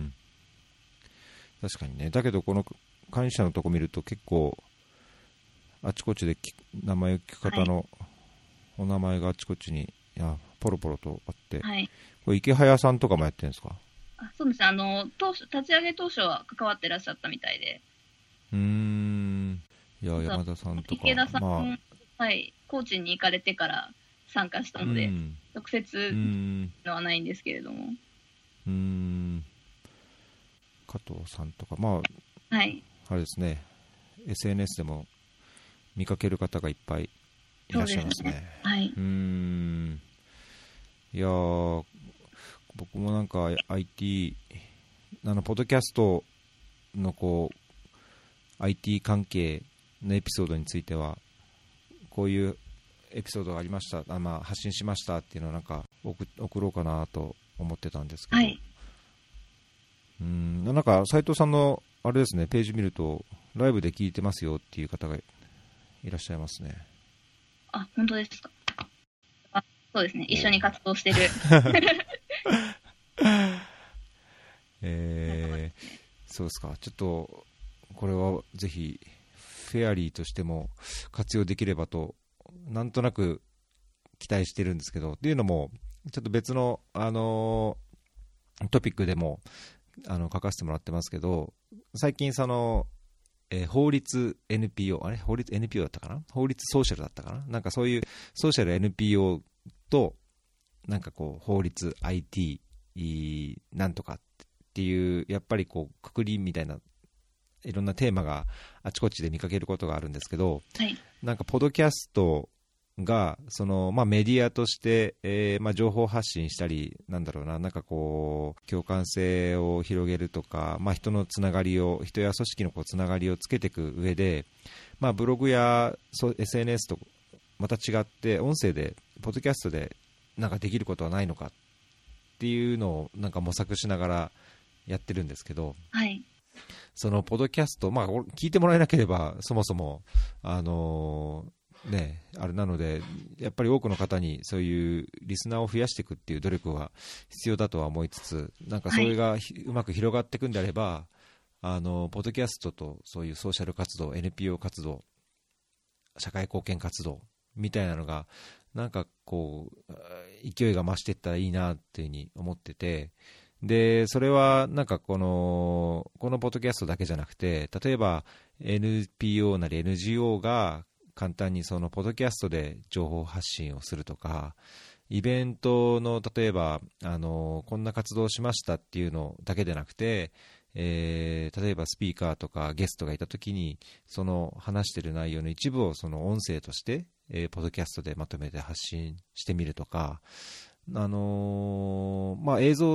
確かにね。だけどこの管理者のとこ見ると結構あちこちで名前を聞く方のお名前があちこちに、いやポロポロとあって、 はい、 これ池早さんとかもやってるんですか？ あ、そうですね。あの当初立ち上げ当初は関わってらっしゃったみたいで。 うーん。いや山田さんとか。 池田さん、 まあ、はい、高知に行かれてから参加したので、うん、直接のはないんですけれども。 うーん。加藤さんとか、まあ、はい、あれですね。エスエヌエス でも見かける方がいっぱいいらっしゃいますね。 そうですね。はい。 うーん。いやー、僕もなんか アイティー、あのポッドキャストのこう アイティー 関係のエピソードについてはこういうエピソードがありました、あ、まあ、発信しましたっていうのをなんか 送, 送ろうかなと思ってたんですけど、はい、うーん、なんか斉藤さんのあれですね、ページ見るとライブで聞いてますよっていう方がいらっしゃいますね。 あ、本当ですか？あ、そうですね、一緒に活動してるえー、そうですか。ちょっとこれはぜひフェアリーとしても活用できればとなんとなく期待してるんですけど、っていうのもちょっと別の、あのー、トピックでもあの書かせてもらってますけど、最近その、えー、法律 エヌピーオー、あれ法律 エヌピーオー だったかな、法律ソーシャルだったかな、なんかそういうソーシャル エヌピーオー となんかこう法律 アイティー なんとかっていうやっぱりこうくくりみたいないろんなテーマがあちこちで見かけることがあるんですけど、 はい、 なんかポッドキャストがその、まあ、メディアとして、えーまあ、情報発信したり、なんだろうな、なんかこう共感性を広げるとか、まあ、人のつながりを、人や組織のこうつながりをつけていく上で、まあ、ブログや エスエヌエス とまた違って音声でポッドキャストでなんかできることはないのかっていうのをなんか模索しながらやってるんですけど、 はい、 そのポッドキャスト、まあ、聞いてもらえなければそもそも、あのーね、あれなので、やっぱり多くの方にそういうリスナーを増やしていくっていう努力は必要だとは思いつつ、なんかそれが、はい、うまく広がっていくんであれば、あのポッドキャストとそういうソーシャル活動、エヌピーオー 活動、社会貢献活動みたいなのがなんかこう勢いが増していったらいいなっていうふうに思ってて、でそれはなんかこのこのポッドキャストだけじゃなくて、例えば エヌピーオー なり エヌジーオー が簡単にそのポッドキャストで情報発信をするとか、イベントの例えばあのこんな活動をしましたっていうのだけでなくて、えー、例えばスピーカーとかゲストがいたときにその話している内容の一部をその音声として、えー、ポッドキャストでまとめて発信してみるとか、あのーまあ、映像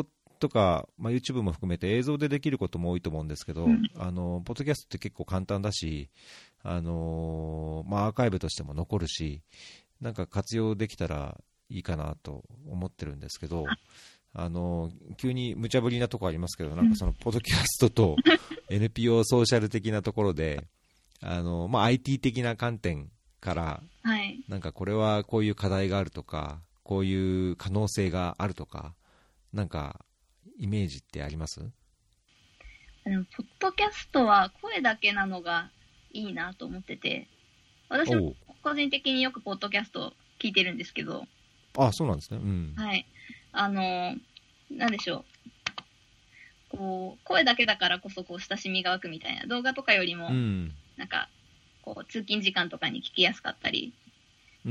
とか、まあ、YouTube も含めて映像でできることも多いと思うんですけど、うん、あのポッドキャストって結構簡単だし、あのまあ、アーカイブとしても残るし、なんか活用できたらいいかなと思ってるんですけど、あの急に無茶ぶりなところありますけど、なんかそのポッドキャストと エヌピーオー ソーシャル的なところで、あのまあ、アイティー 的な観点から、 はい、 なんかこれはこういう課題があるとか、こういう可能性があるとか、なんかイメージってあります？ あのポッドキャストは声だけなのがいいなと思ってて、私も個人的によくポッドキャスト聞いてるんですけど。 あ、そうなんですね。うん、 はい。あのなんでしょう、こう声だけだからこそこう親しみが湧くみたいな、動画とかよりも、うん、なんかこう通勤時間とかに聞きやすかったり、 うん、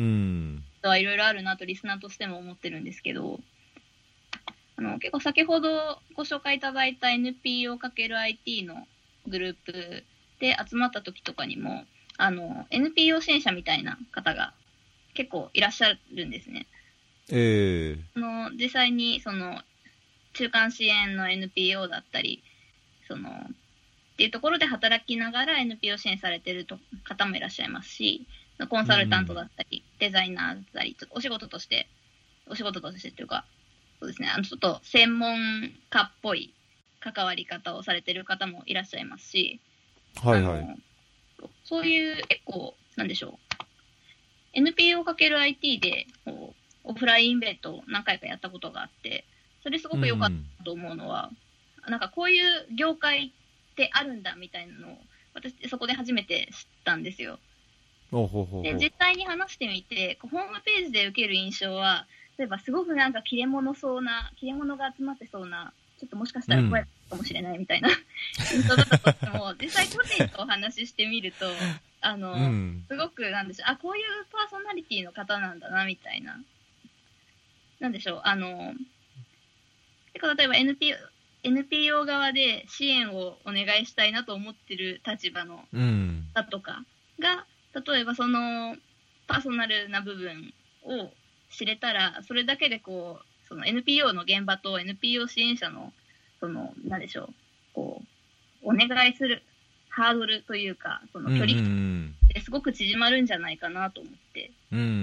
いろいろあるなとリスナーとしても思ってるんですけど、あの結構先ほどご紹介いただいた エヌピーオー×アイティー のグループで集まった時とかにも、あの エヌピーオー 支援者みたいな方が結構いらっしゃるんですね。 えー、 あの実際にその中間支援の エヌピーオー だったり、そのっていうところで働きながら エヌピーオー 支援されている方もいらっしゃいますし、コンサルタントだったり、うん、デザイナーだったり、ちょっとお仕事として、お仕事としてっていうか、そうですね、あのちょっと専門家っぽい関わり方をされている方もいらっしゃいますし、 はいはい、 あのそういう結構、なんでしょう、エヌピーオー×アイティー でこうオフラインイベントを何回かやったことがあって、それすごく良かったと思うのは、うん、なんかこういう業界ってあるんだみたいなのを私そこで初めて知ったんですよ。 ほうほうほうほう。 で実際に話してみて、ホームページで受ける印象は、例えばすごくなんか切れ者そうな、切れ者が集まってそうな、ちょっともしかしたら怖いかもしれないみたいな、うん、印象だったとしても、実際個人とお話ししてみると、あの、うん、すごくなんでしょう、あ、こういうパーソナリティの方なんだなみたいな、なんでしょう、あの、結構例えば エヌピーオー、エヌピーオー 側で支援をお願いしたいなと思ってる立場の方とかが、うん、例えばそのパーソナルな部分を知れたら、それだけでこうその エヌピーオー の現場と エヌピーオー 支援者のそのなんでしょう、こうお願いするハードルというか、その距離ってすごく縮まるんじゃないかなと思って。 うん、うん、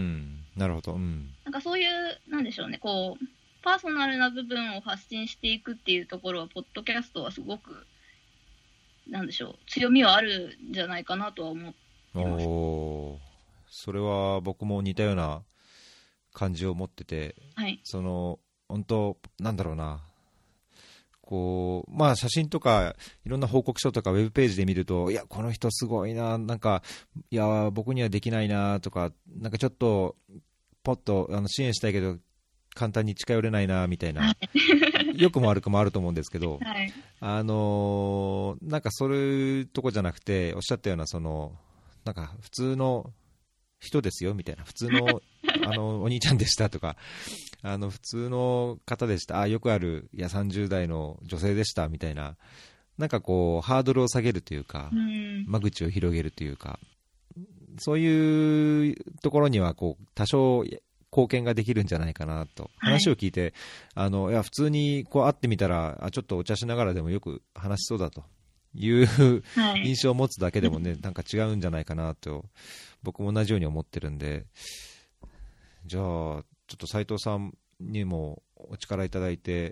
なるほど。うん、 なんかそういうなんでしょうね、こうパーソナルな部分を発信していくっていうところは、ポッドキャストはすごくなんでしょう、強みはあるんじゃないかなとは思ってます。 お、それは僕も似たような感じを持ってて、 はい、 その本当なんだろうな、こうまあ写真とかいろんな報告書とかウェブページで見ると、いやこの人すごいな、なんかいや僕にはできないなとか、なんかちょっとポッとあの支援したいけど簡単に近寄れないなみたいな、良くも悪くもあると思うんですけど、 はい、 あのー、なんかそういうとこじゃなくて、おっしゃったようなそのなんか普通の人ですよみたいな、普通のあのお兄ちゃんでしたとか、あの普通の方でした、あよくあるいやさんじゅう代の女性でしたみたいな、なんかこうハードルを下げるというか、間口を広げるというか、そういうところにはこう多少貢献ができるんじゃないかなと、話を聞いて、はい、あのいや普通にこう会ってみたら、あちょっとお茶しながらでもよく話しそうだという印象を持つだけでもね、なんか違うんじゃないかなと僕も同じように思ってるんで、じゃあちょっと斉藤さんにもお力いただいて、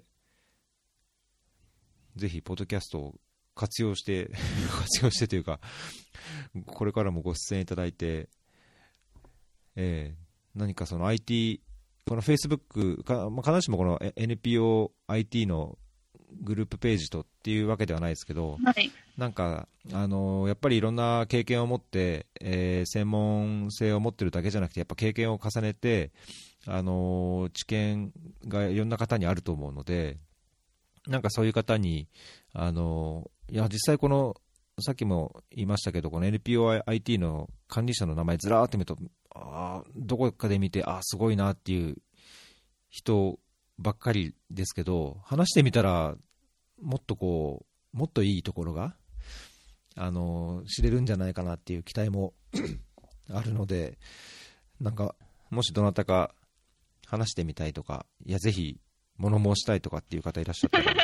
ぜひポッドキャストを活用して活用してというか、これからもご出演いただいて、えー何かその アイティー、この Facebook か、まあ、必ずしもこの エヌピーオーアイティー のグループページとっていうわけではないですけど、 はい、 なんか、あのー、やっぱりいろんな経験を持って、えー、専門性を持ってるだけじゃなくて、やっぱ経験を重ねて、あのー、知見がいろんな方にあると思うので、なんかそういう方に、あのー、いや実際このさっきも言いましたけど、この エヌピーオーアイティー の管理者の名前ずらーって見ると、あどこかで見て、あすごいなっていう人ばっかりですけど、話してみたらもっとこうもっといいところがあの知れるんじゃないかなっていう期待もあるので、なんかもしどなたか話してみたいとか、いやぜひ物申したいとかっていう方いらっしゃったら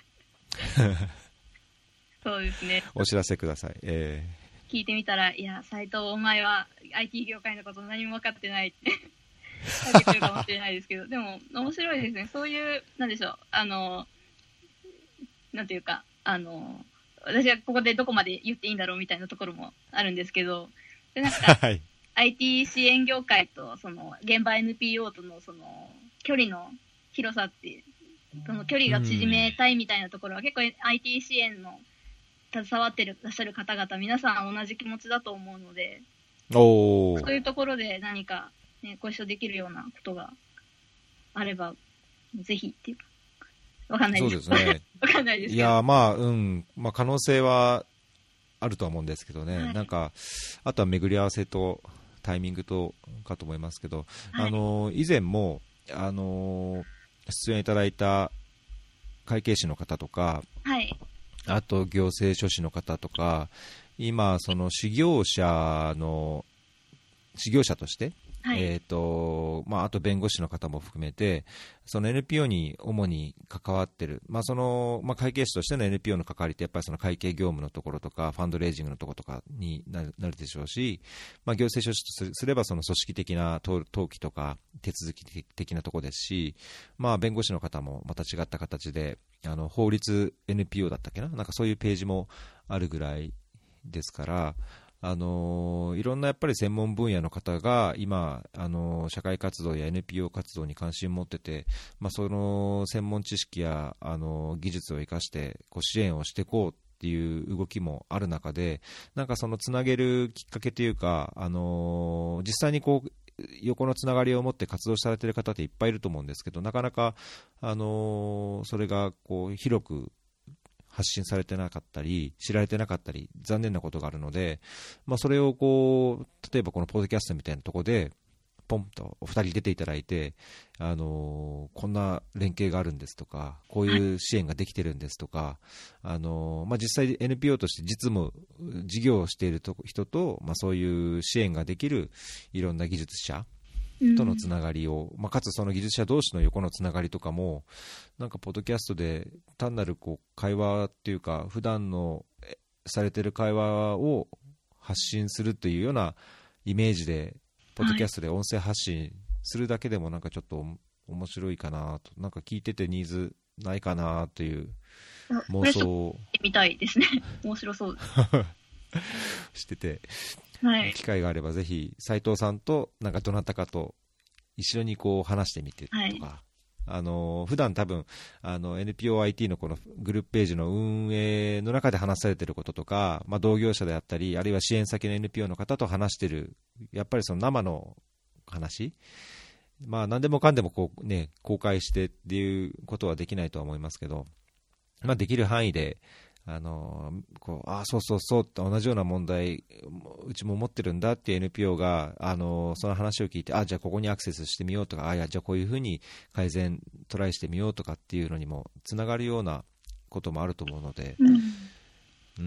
そうですね。 お知らせください。えー、聞いてみたら、いや、斉藤お前は アイティー 業界のこと何も分かってないって書いてくるかもしれないですけど、でも面白いですね。そういう、なんでしょう、あの、なんていうか、あの、私はここでどこまで言っていいんだろうみたいなところもあるんですけど、でなんか、はい、アイティー 支援業界とその現場 エヌピーオー とのその距離の広さって、その距離が縮めたいみたいなところは結構 アイティー 支援の携わってるらっしゃる方々皆さん同じ気持ちだと思うので、 おそういうところで何か、ね、ご一緒できるようなことがあればぜひっていうかわかんないです。 そうですね。 わかんないですけど。 いやまあうんまあ可能性はあるとは思うんですけどね。はい、なんかあとは巡り合わせとタイミングとかと思いますけど、はい、あの以前もあの出演いただいた会計士の方とか、 はい、 あと行政書士の方とか、今その事業者の事業者として、はい、えーとまあ、あと弁護士の方も含めてその エヌピーオー に主に関わっている、まあそのまあ、会計士としての エヌピーオー の関わりってやっぱりその会計業務のところとかファンドレイジングのところとかになる、なるでしょうし、まあ、行政書士とすればその組織的な登記とか手続き的なところですし、まあ、弁護士の方もまた違った形であの法律 エヌピーオー だったっけな、なんかそういうページもあるぐらいですから、あのー、いろんなやっぱり専門分野の方が今、あのー、社会活動や エヌピーオー 活動に関心を持ってて、まあ、その専門知識や、あのー、技術を生かしてこう支援をしていこうっていう動きもある中で、なんかそのつなげるきっかけというか、あの実際にこう横のつながりを持って活動されている方っていっぱいいると思うんですけど、なかなか、あのそれがこう広く発信されてなかったり知られてなかったり残念なことがあるので、まあ、それをこう例えばこのポッドキャストみたいなところでポンとお二人出ていただいて、あのー、こんな連携があるんですとか、こういう支援ができてるんですとか、あのーまあ、実際 エヌピーオー として実務事業をしている人と、まあ、そういう支援ができるいろんな技術者とのつながりを、まあ、かつその技術者同士の横のつながりとかもなんかポッドキャストで単なるこう会話っていうか普段のされている会話を発信するというようなイメージでポッドキャストで音声発信するだけでもなんかちょっと面白いかなと、なんか聞いててニーズないかなという妄想をみたいですね。面白そうしてて、 はい、 機会があればぜひ斉藤さんとなんかどなたかと一緒にこう話してみてとか、はい、あの普段多分あの エヌピーオーアイティー のこのグループページの運営の中で話されていることとか、まあ、同業者であったりあるいは支援先の エヌピーオー の方と話しているやっぱりその生の話、まあ、何でもかんでもこう、ね、公開してっていうことはできないとは思いますけど、まあ、できる範囲であのこうあそうそうそうって同じような問題うちも持ってるんだっていう エヌピーオー があのその話を聞いて、あじゃあここにアクセスしてみようとか、あいやじゃあこういうふうに改善トライしてみようとかっていうのにもつながるようなこともあると思うので、 うんうん、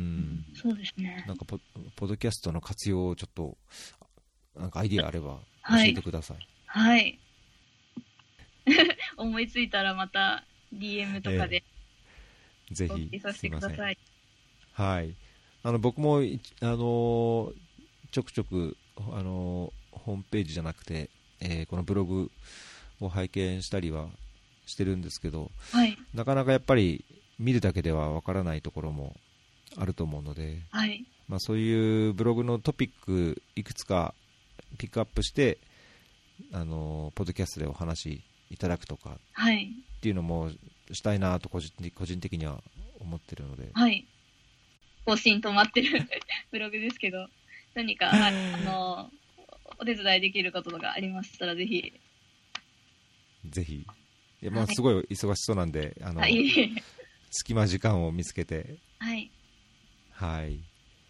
そうですね。 なんか ポ, ポッドキャストの活用をちょっとなんかアイディアあれば教えてください。 はい、はい、思いついたらまた ディーエム とかで、 えー、ぜひさせてください。 はい、あの僕も、あのー、ちょくちょく、あのー、ホームページじゃなくて、えー、このブログを拝見したりはしてるんですけど、 はい、 なかなかやっぱり見るだけではわからないところもあると思うので、 はい、 まあ、そういうブログのトピックいくつかピックアップして、あのー、ポッドキャストでお話しいただくとかっていうのもしたいなと個人、個人的には思ってるので、 はい、更新止まってるブログですけど、何か、はい、あのお手伝いできることがありましたらぜひぜひ、いや、まあ、すごい忙しそうなんで、あの、 はい、 隙間時間を見つけて、 はい、 はい、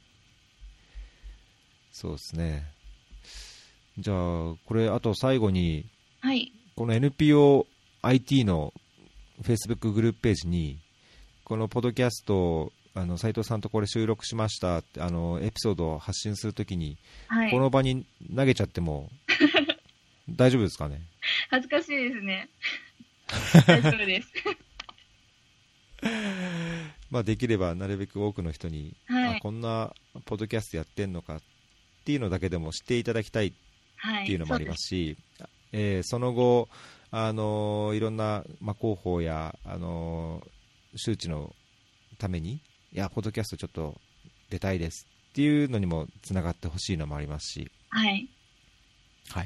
そうですね。じゃあこれあと最後に、 はい、 この エヌピーオーアイティー の Facebook グループページにこのポッドキャストあの斉藤さんとこれ収録しましたってあのエピソードを発信するときに、はい、この場に投げちゃっても大丈夫ですかね。 恥ずかしいですね。 大丈夫です。 まあできればなるべく多くの人に、 はい、 あこんなポッドキャストやってんのかっていうのだけでも知っていただきたいっていうのもありますし、はい、えー、その後、あのー、いろんな、まあ、広報や、あのー、周知のために、いやポッドキャストちょっと出たいですっていうのにもつながってほしいのもありますし、 はい、 はい、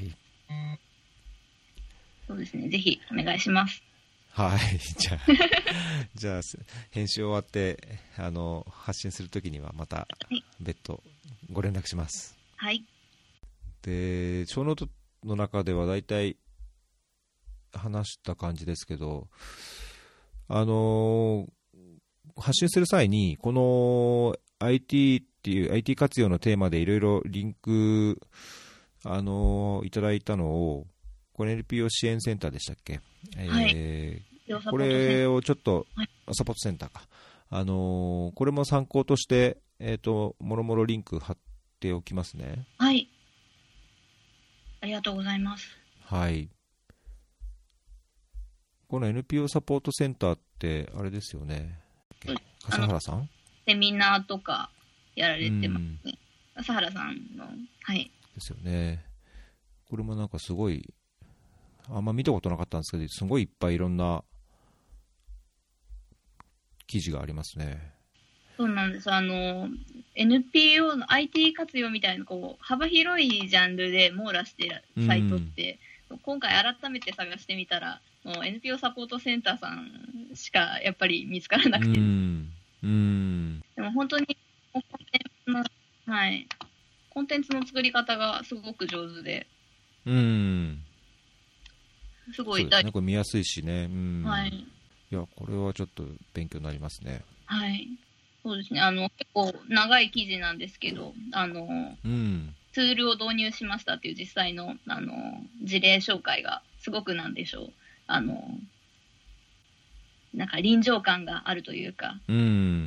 そうですね、ぜひお願いします。 はい、じゃあ、じゃあ編集終わってあの発信するときにはまた別途ご連絡します。 はい。 で、ショーノートの中ではだいたい話した感じですけど、あのー、発信する際にこの アイティー っていう アイティー 活用のテーマでいろいろリンク、あのー、いただいたのを、これ エヌピーオー 支援センターでしたっけ、 はい、 えー、これをちょっと、はい、サポートセンターか、あのー、これも参考として、えーと、もろもろリンク貼っておきますね。 はい、ありがとうございます。 はい。この エヌピーオー サポートセンターってあれですよね、笠原さんセミナーとかやられてますね、笠原さんの、はい、 ですよね。これもなんかすごい、あんま見たことなかったんですけど、すごいいっぱいいろんな記事がありますね。 そうなんです。あの エヌピーオー の アイティー 活用みたいなこう幅広いジャンルで網羅してるサイトって、うん、今回改めて探してみたらもう エヌピーオー サポートセンターさんしかやっぱり見つからなくて、 うんうん、 でも本当にコンテンツの、はい、コンテンツの作り方がすごく上手で、 うん、 すごいそうですね、これ見やすいしね、うん、 はい、 いやこれはちょっと勉強になりますね。 はい、そうですね、あの結構長い記事なんですけど、あの、うん、ツールを導入しましたっていう実際の、あの事例紹介がすごくなんでしょう、あのなんか臨場感があるというか、 うん、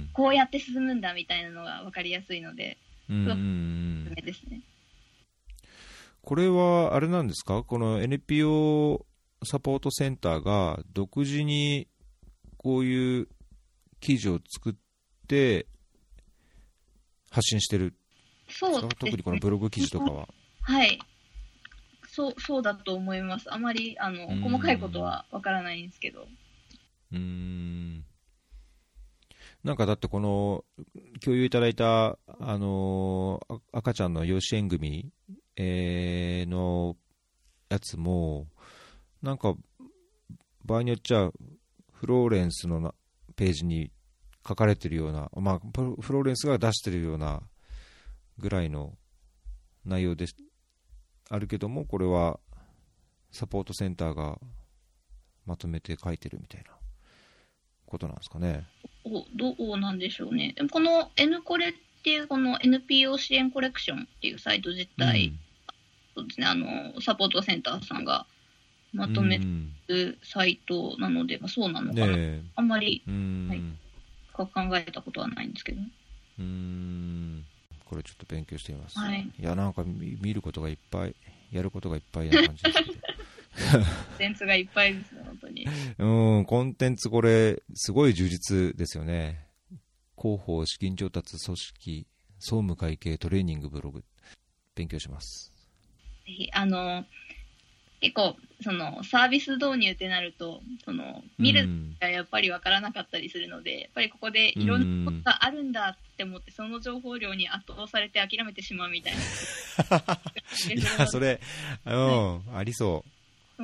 こうやって進むんだみたいなのが分かりやすいので、すごくおすすめですね。 これはあれなんですか、この エヌピーオー サポートセンターが独自にこういう記事を作って発信してる。 そうですね、 特にこのブログ記事とかは。 はい、そうそうだと思います。あまりあの細かいことはわからないんですけど。 うーん、なんかだってこの共有いただいた、あのー、赤ちゃんの養子縁組、えー、のやつもなんか場合によっちゃフローレンスのなページに書かれてるような、まあ、フローレンスが出してるようなぐらいの内容であるけども、これはサポートセンターがまとめて書いてるみたいなことなんですかね。 おどうなんでしょうね。でもこの N コレっていうこの エヌピーオー 支援コレクションっていうサイト自体、うん、そうですね、あのサポートセンターさんがまとめるサイトなので、まあ、そうなのかな、ね、あんまり、はい、考えたことはないんですけど。 うーん、これちょっと勉強してみます。 はい、 いやなんか見ることがいっぱい、やることがいっぱいな感じですけど。 コンテンツがいっぱいですね、本当に。 うん、コンテンツこれすごい充実ですよね。広報、資金調達、組織、総務会計、トレーニング、ブログ、勉強します。 ぜひあの結構そのサービス導入ってなるとその見るがやっぱり分からなかったりするので、うん、やっぱりここでいろんなことがあるんだって思って、その情報量に圧倒されて諦めてしまうみたいな。 いやそれ、うん、はい、ありそう。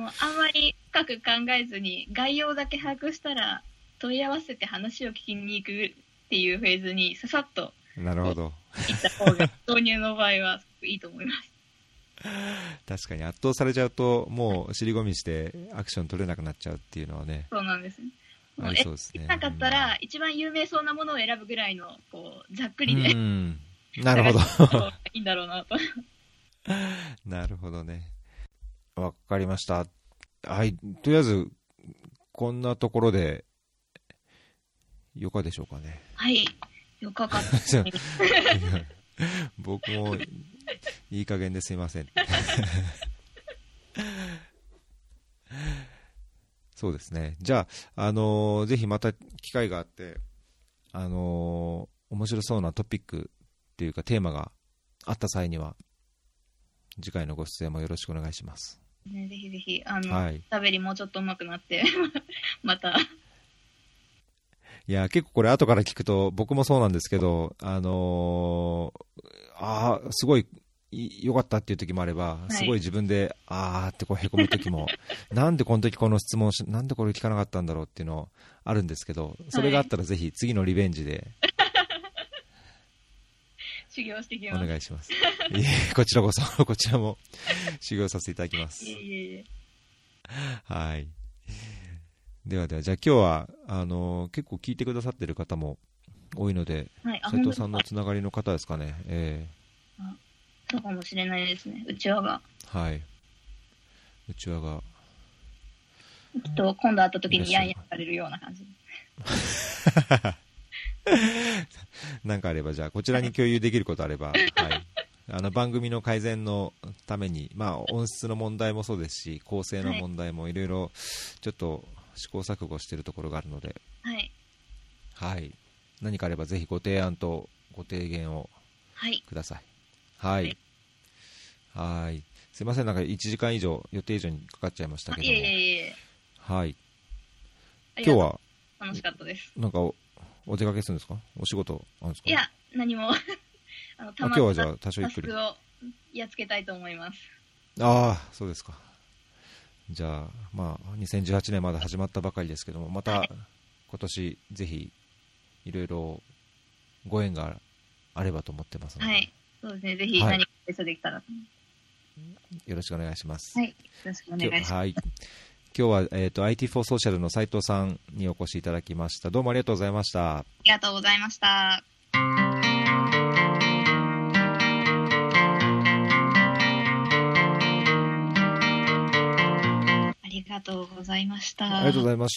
もうあんまり深く考えずに概要だけ把握したら問い合わせて話を聞きに行くっていうフェーズにささっとなるほど行った方が導入の場合はいいと思います。 確かに圧倒されちゃうともう尻込みしてアクション取れなくなっちゃうっていうのはね。 そうなんですね。 ありそうですね。 なかったら、うん、一番有名そうなものを選ぶぐらいのこうざっくりで、うん、 なるほどいいんだろうなと。 なるほどね。わかりました。はい、とりあえずこんなところでよかでしょうかね。 はい、よかかった。 僕もいい加減ですいません。 そうですね。じゃあ、あのーぜひまた機会があって、あのー面白そうなトピックっていうかテーマがあった際には、次回のご出演もよろしくお願いします。 ね、ぜひぜひ、あの、 はい。 喋りもうちょっと上手くなって、また。 いや、結構これ後から聞くと、僕もそうなんですけど、あのーああ、すごい良かったっていう時もあれば、すごい自分で、あーってこうへこむ時も、なんでこの時この質問し、なんでこれ聞かなかったんだろうっていうのあるんですけど、それがあったらぜひ次のリベンジで、 修行してきます。 お願いします。いえ、こちらこそ、こちらも修行させていただきます。 いえいえいえ。 はい。ではでは、じゃあ今日は、あのー結構聞いてくださってる方も多いので、 はい、 斉藤さんのつながりの方ですかね。えあ、そうかもしれないですね、うちわが。 ー、はい。うちわが。 きっと今度会った時にやんやんされるような感じ。 なんかあれば、じゃあこちらに共有できることあれば、はい。あの番組の改善のために、まあ音質の問題もそうですし、構成の問題もいろいろちょっと試行錯誤しているところがあるので、 はい。 はい。何かあればぜひご提案とご提言をください。はい。はい。はい。すいません、なんかいちじかん以上、予定以上にかかっちゃいましたけども。 いえいえいえ。 はい。今日は、 楽しかったです。 なんかお、お出かけするんですか？お仕事あるんですか？ いや、何も。あの、たま今日はじゃあ多少ゆっくり。 タスクをやっつけたいと思います。 ああ、そうですか。じゃあ、まあ、にせんじゅうはちねんまだ始まったばかりですけども、また、今年、ぜひ、いろいろご縁があればと思ってますので。 はい。そうですね。ぜひ何か一緒できたらと、はい。 よろしくお願いします。 はい。よろしくお願いします。 はい。今日は、えーと、アイティー フォー ソーシャルの斉藤さんにお越しいただきました。どうもありがとうございました。 ありがとうございました。ありがとうございました。 ありがとうございました。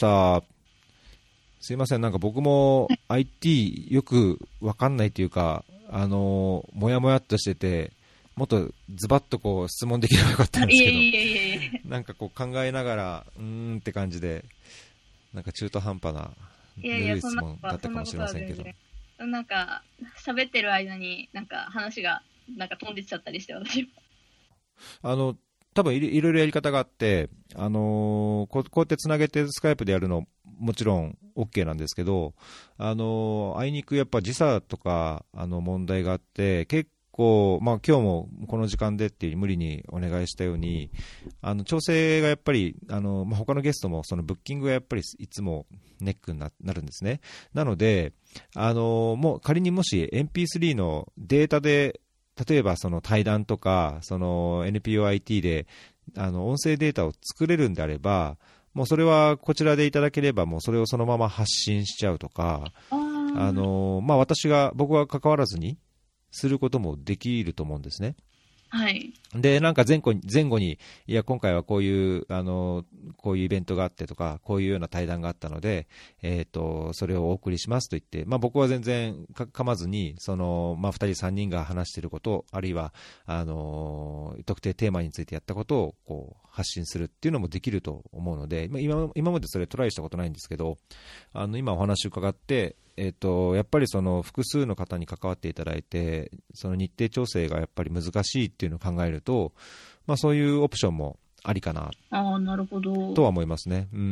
すいません、なんか僕も アイティー よくわかんないというか、あのー、もやもやっとしてて、もっとズバッとこう質問できればよかったんですけど、 いえいえいえいえ、 なんかこう考えながら、うーんって感じで、なんか中途半端な、ぬるい質問だったかもしれませんけど。 なんか、喋ってる間に、なんか話が、なんか飛んでっちゃったりして、私も。 あの、多分いろいろやり方があって、あのー、こう、こうやってつなげてスカイプでやるのもちろん OK なんですけど、あのー、あいにくやっぱ時差とかあの問題があって、結構、まあ今日もこの時間でっていう無理にお願いしたように、あの調整がやっぱり、あのまあ、他のゲストもそのブッキングがやっぱりいつもネックに な, なるんですね。なので、あのー、もう仮にもし エムピースリー のデータで例えばその対談とかその エヌピーオーアイティー であの音声データを作れるんであれば、もうそれはこちらでいただければもうそれをそのまま発信しちゃうとか、あのまあ、私が僕が関わらずにすることもできると思うんですね。 はい。 で、なんか前後に、前後に、いや、今回はこういう、あの、こういうイベントがあってとか、こういうような対談があったので、えっと、それをお送りしますと言って、まあ僕は全然か噛まずに、その、まあ二人三人が話していること、あるいは、あの、特定テーマについてやったことを、こう、発信するっていうのもできると思うので、まあ今、今までそれトライしたことないんですけど、あの、今お話伺って、えーと、やっぱりその複数の方に関わっていただいて、その日程調整がやっぱり難しいっていうのを考えると、まあ、そういうオプションもありかなとは思いますね。うん。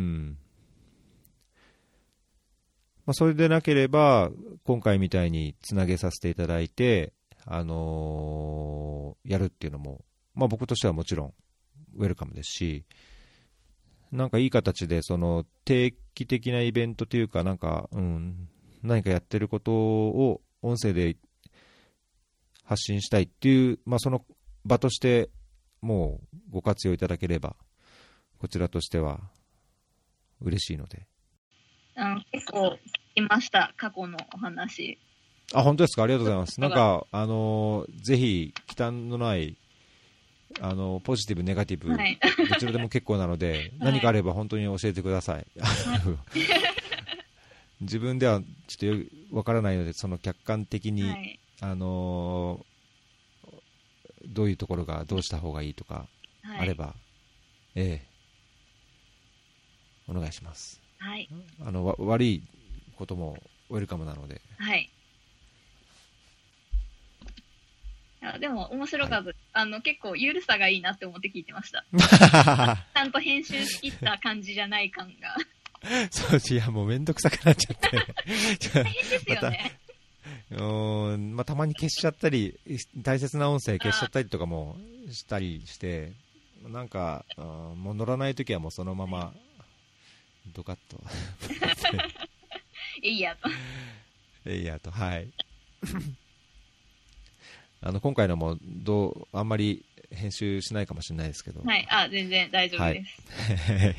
まあ、それでなければ、今回みたいにつなげさせていただいて、あのー、やるっていうのも、まあ、僕としてはもちろんウェルカムですし、なんかいい形でその定期的なイベントというか、なんか、うん、何かやってることを音声で発信したいっていう、まあ、その場としてもうご活用いただければこちらとしては嬉しいので。 あの結構聞きました、過去のお話。 あ、本当ですか？ありがとうございます。なんかあのぜひ忌憚のないあのポジティブネガティブ、はい、どちらでも結構なので、何かあれば本当に教えてください。はい自分ではちょっとわからないので、その客観的に、はい、あのー、どういうところがどうした方がいいとかあれば、はい、ええ、 お願いします。 はい。 あのわ悪いこともウェルカムなので。 はい。いやでも面白かった、はい、あの結構ゆるさがいいなって思って聞いてました。ちゃんと編集しきった感じじゃない感が。 そういやもうめんどくさくなっちゃって。 大変ですよね。 また、うんまあ、たまに消しちゃったり大切な音声消しちゃったりとかもしたりしてなんかもう乗らないときはもうそのままドカッといいやといいやとはいあの今回のもどうあんまり編集しないかもしれないですけどはいあ全然大丈夫です、はい、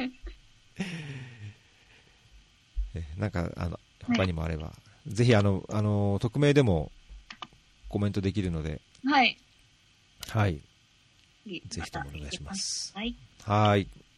なんかあの他にもあれば、はい、ぜひあのあの匿名でもコメントできるのではいはいぜひともお願いします。 はい。 はい。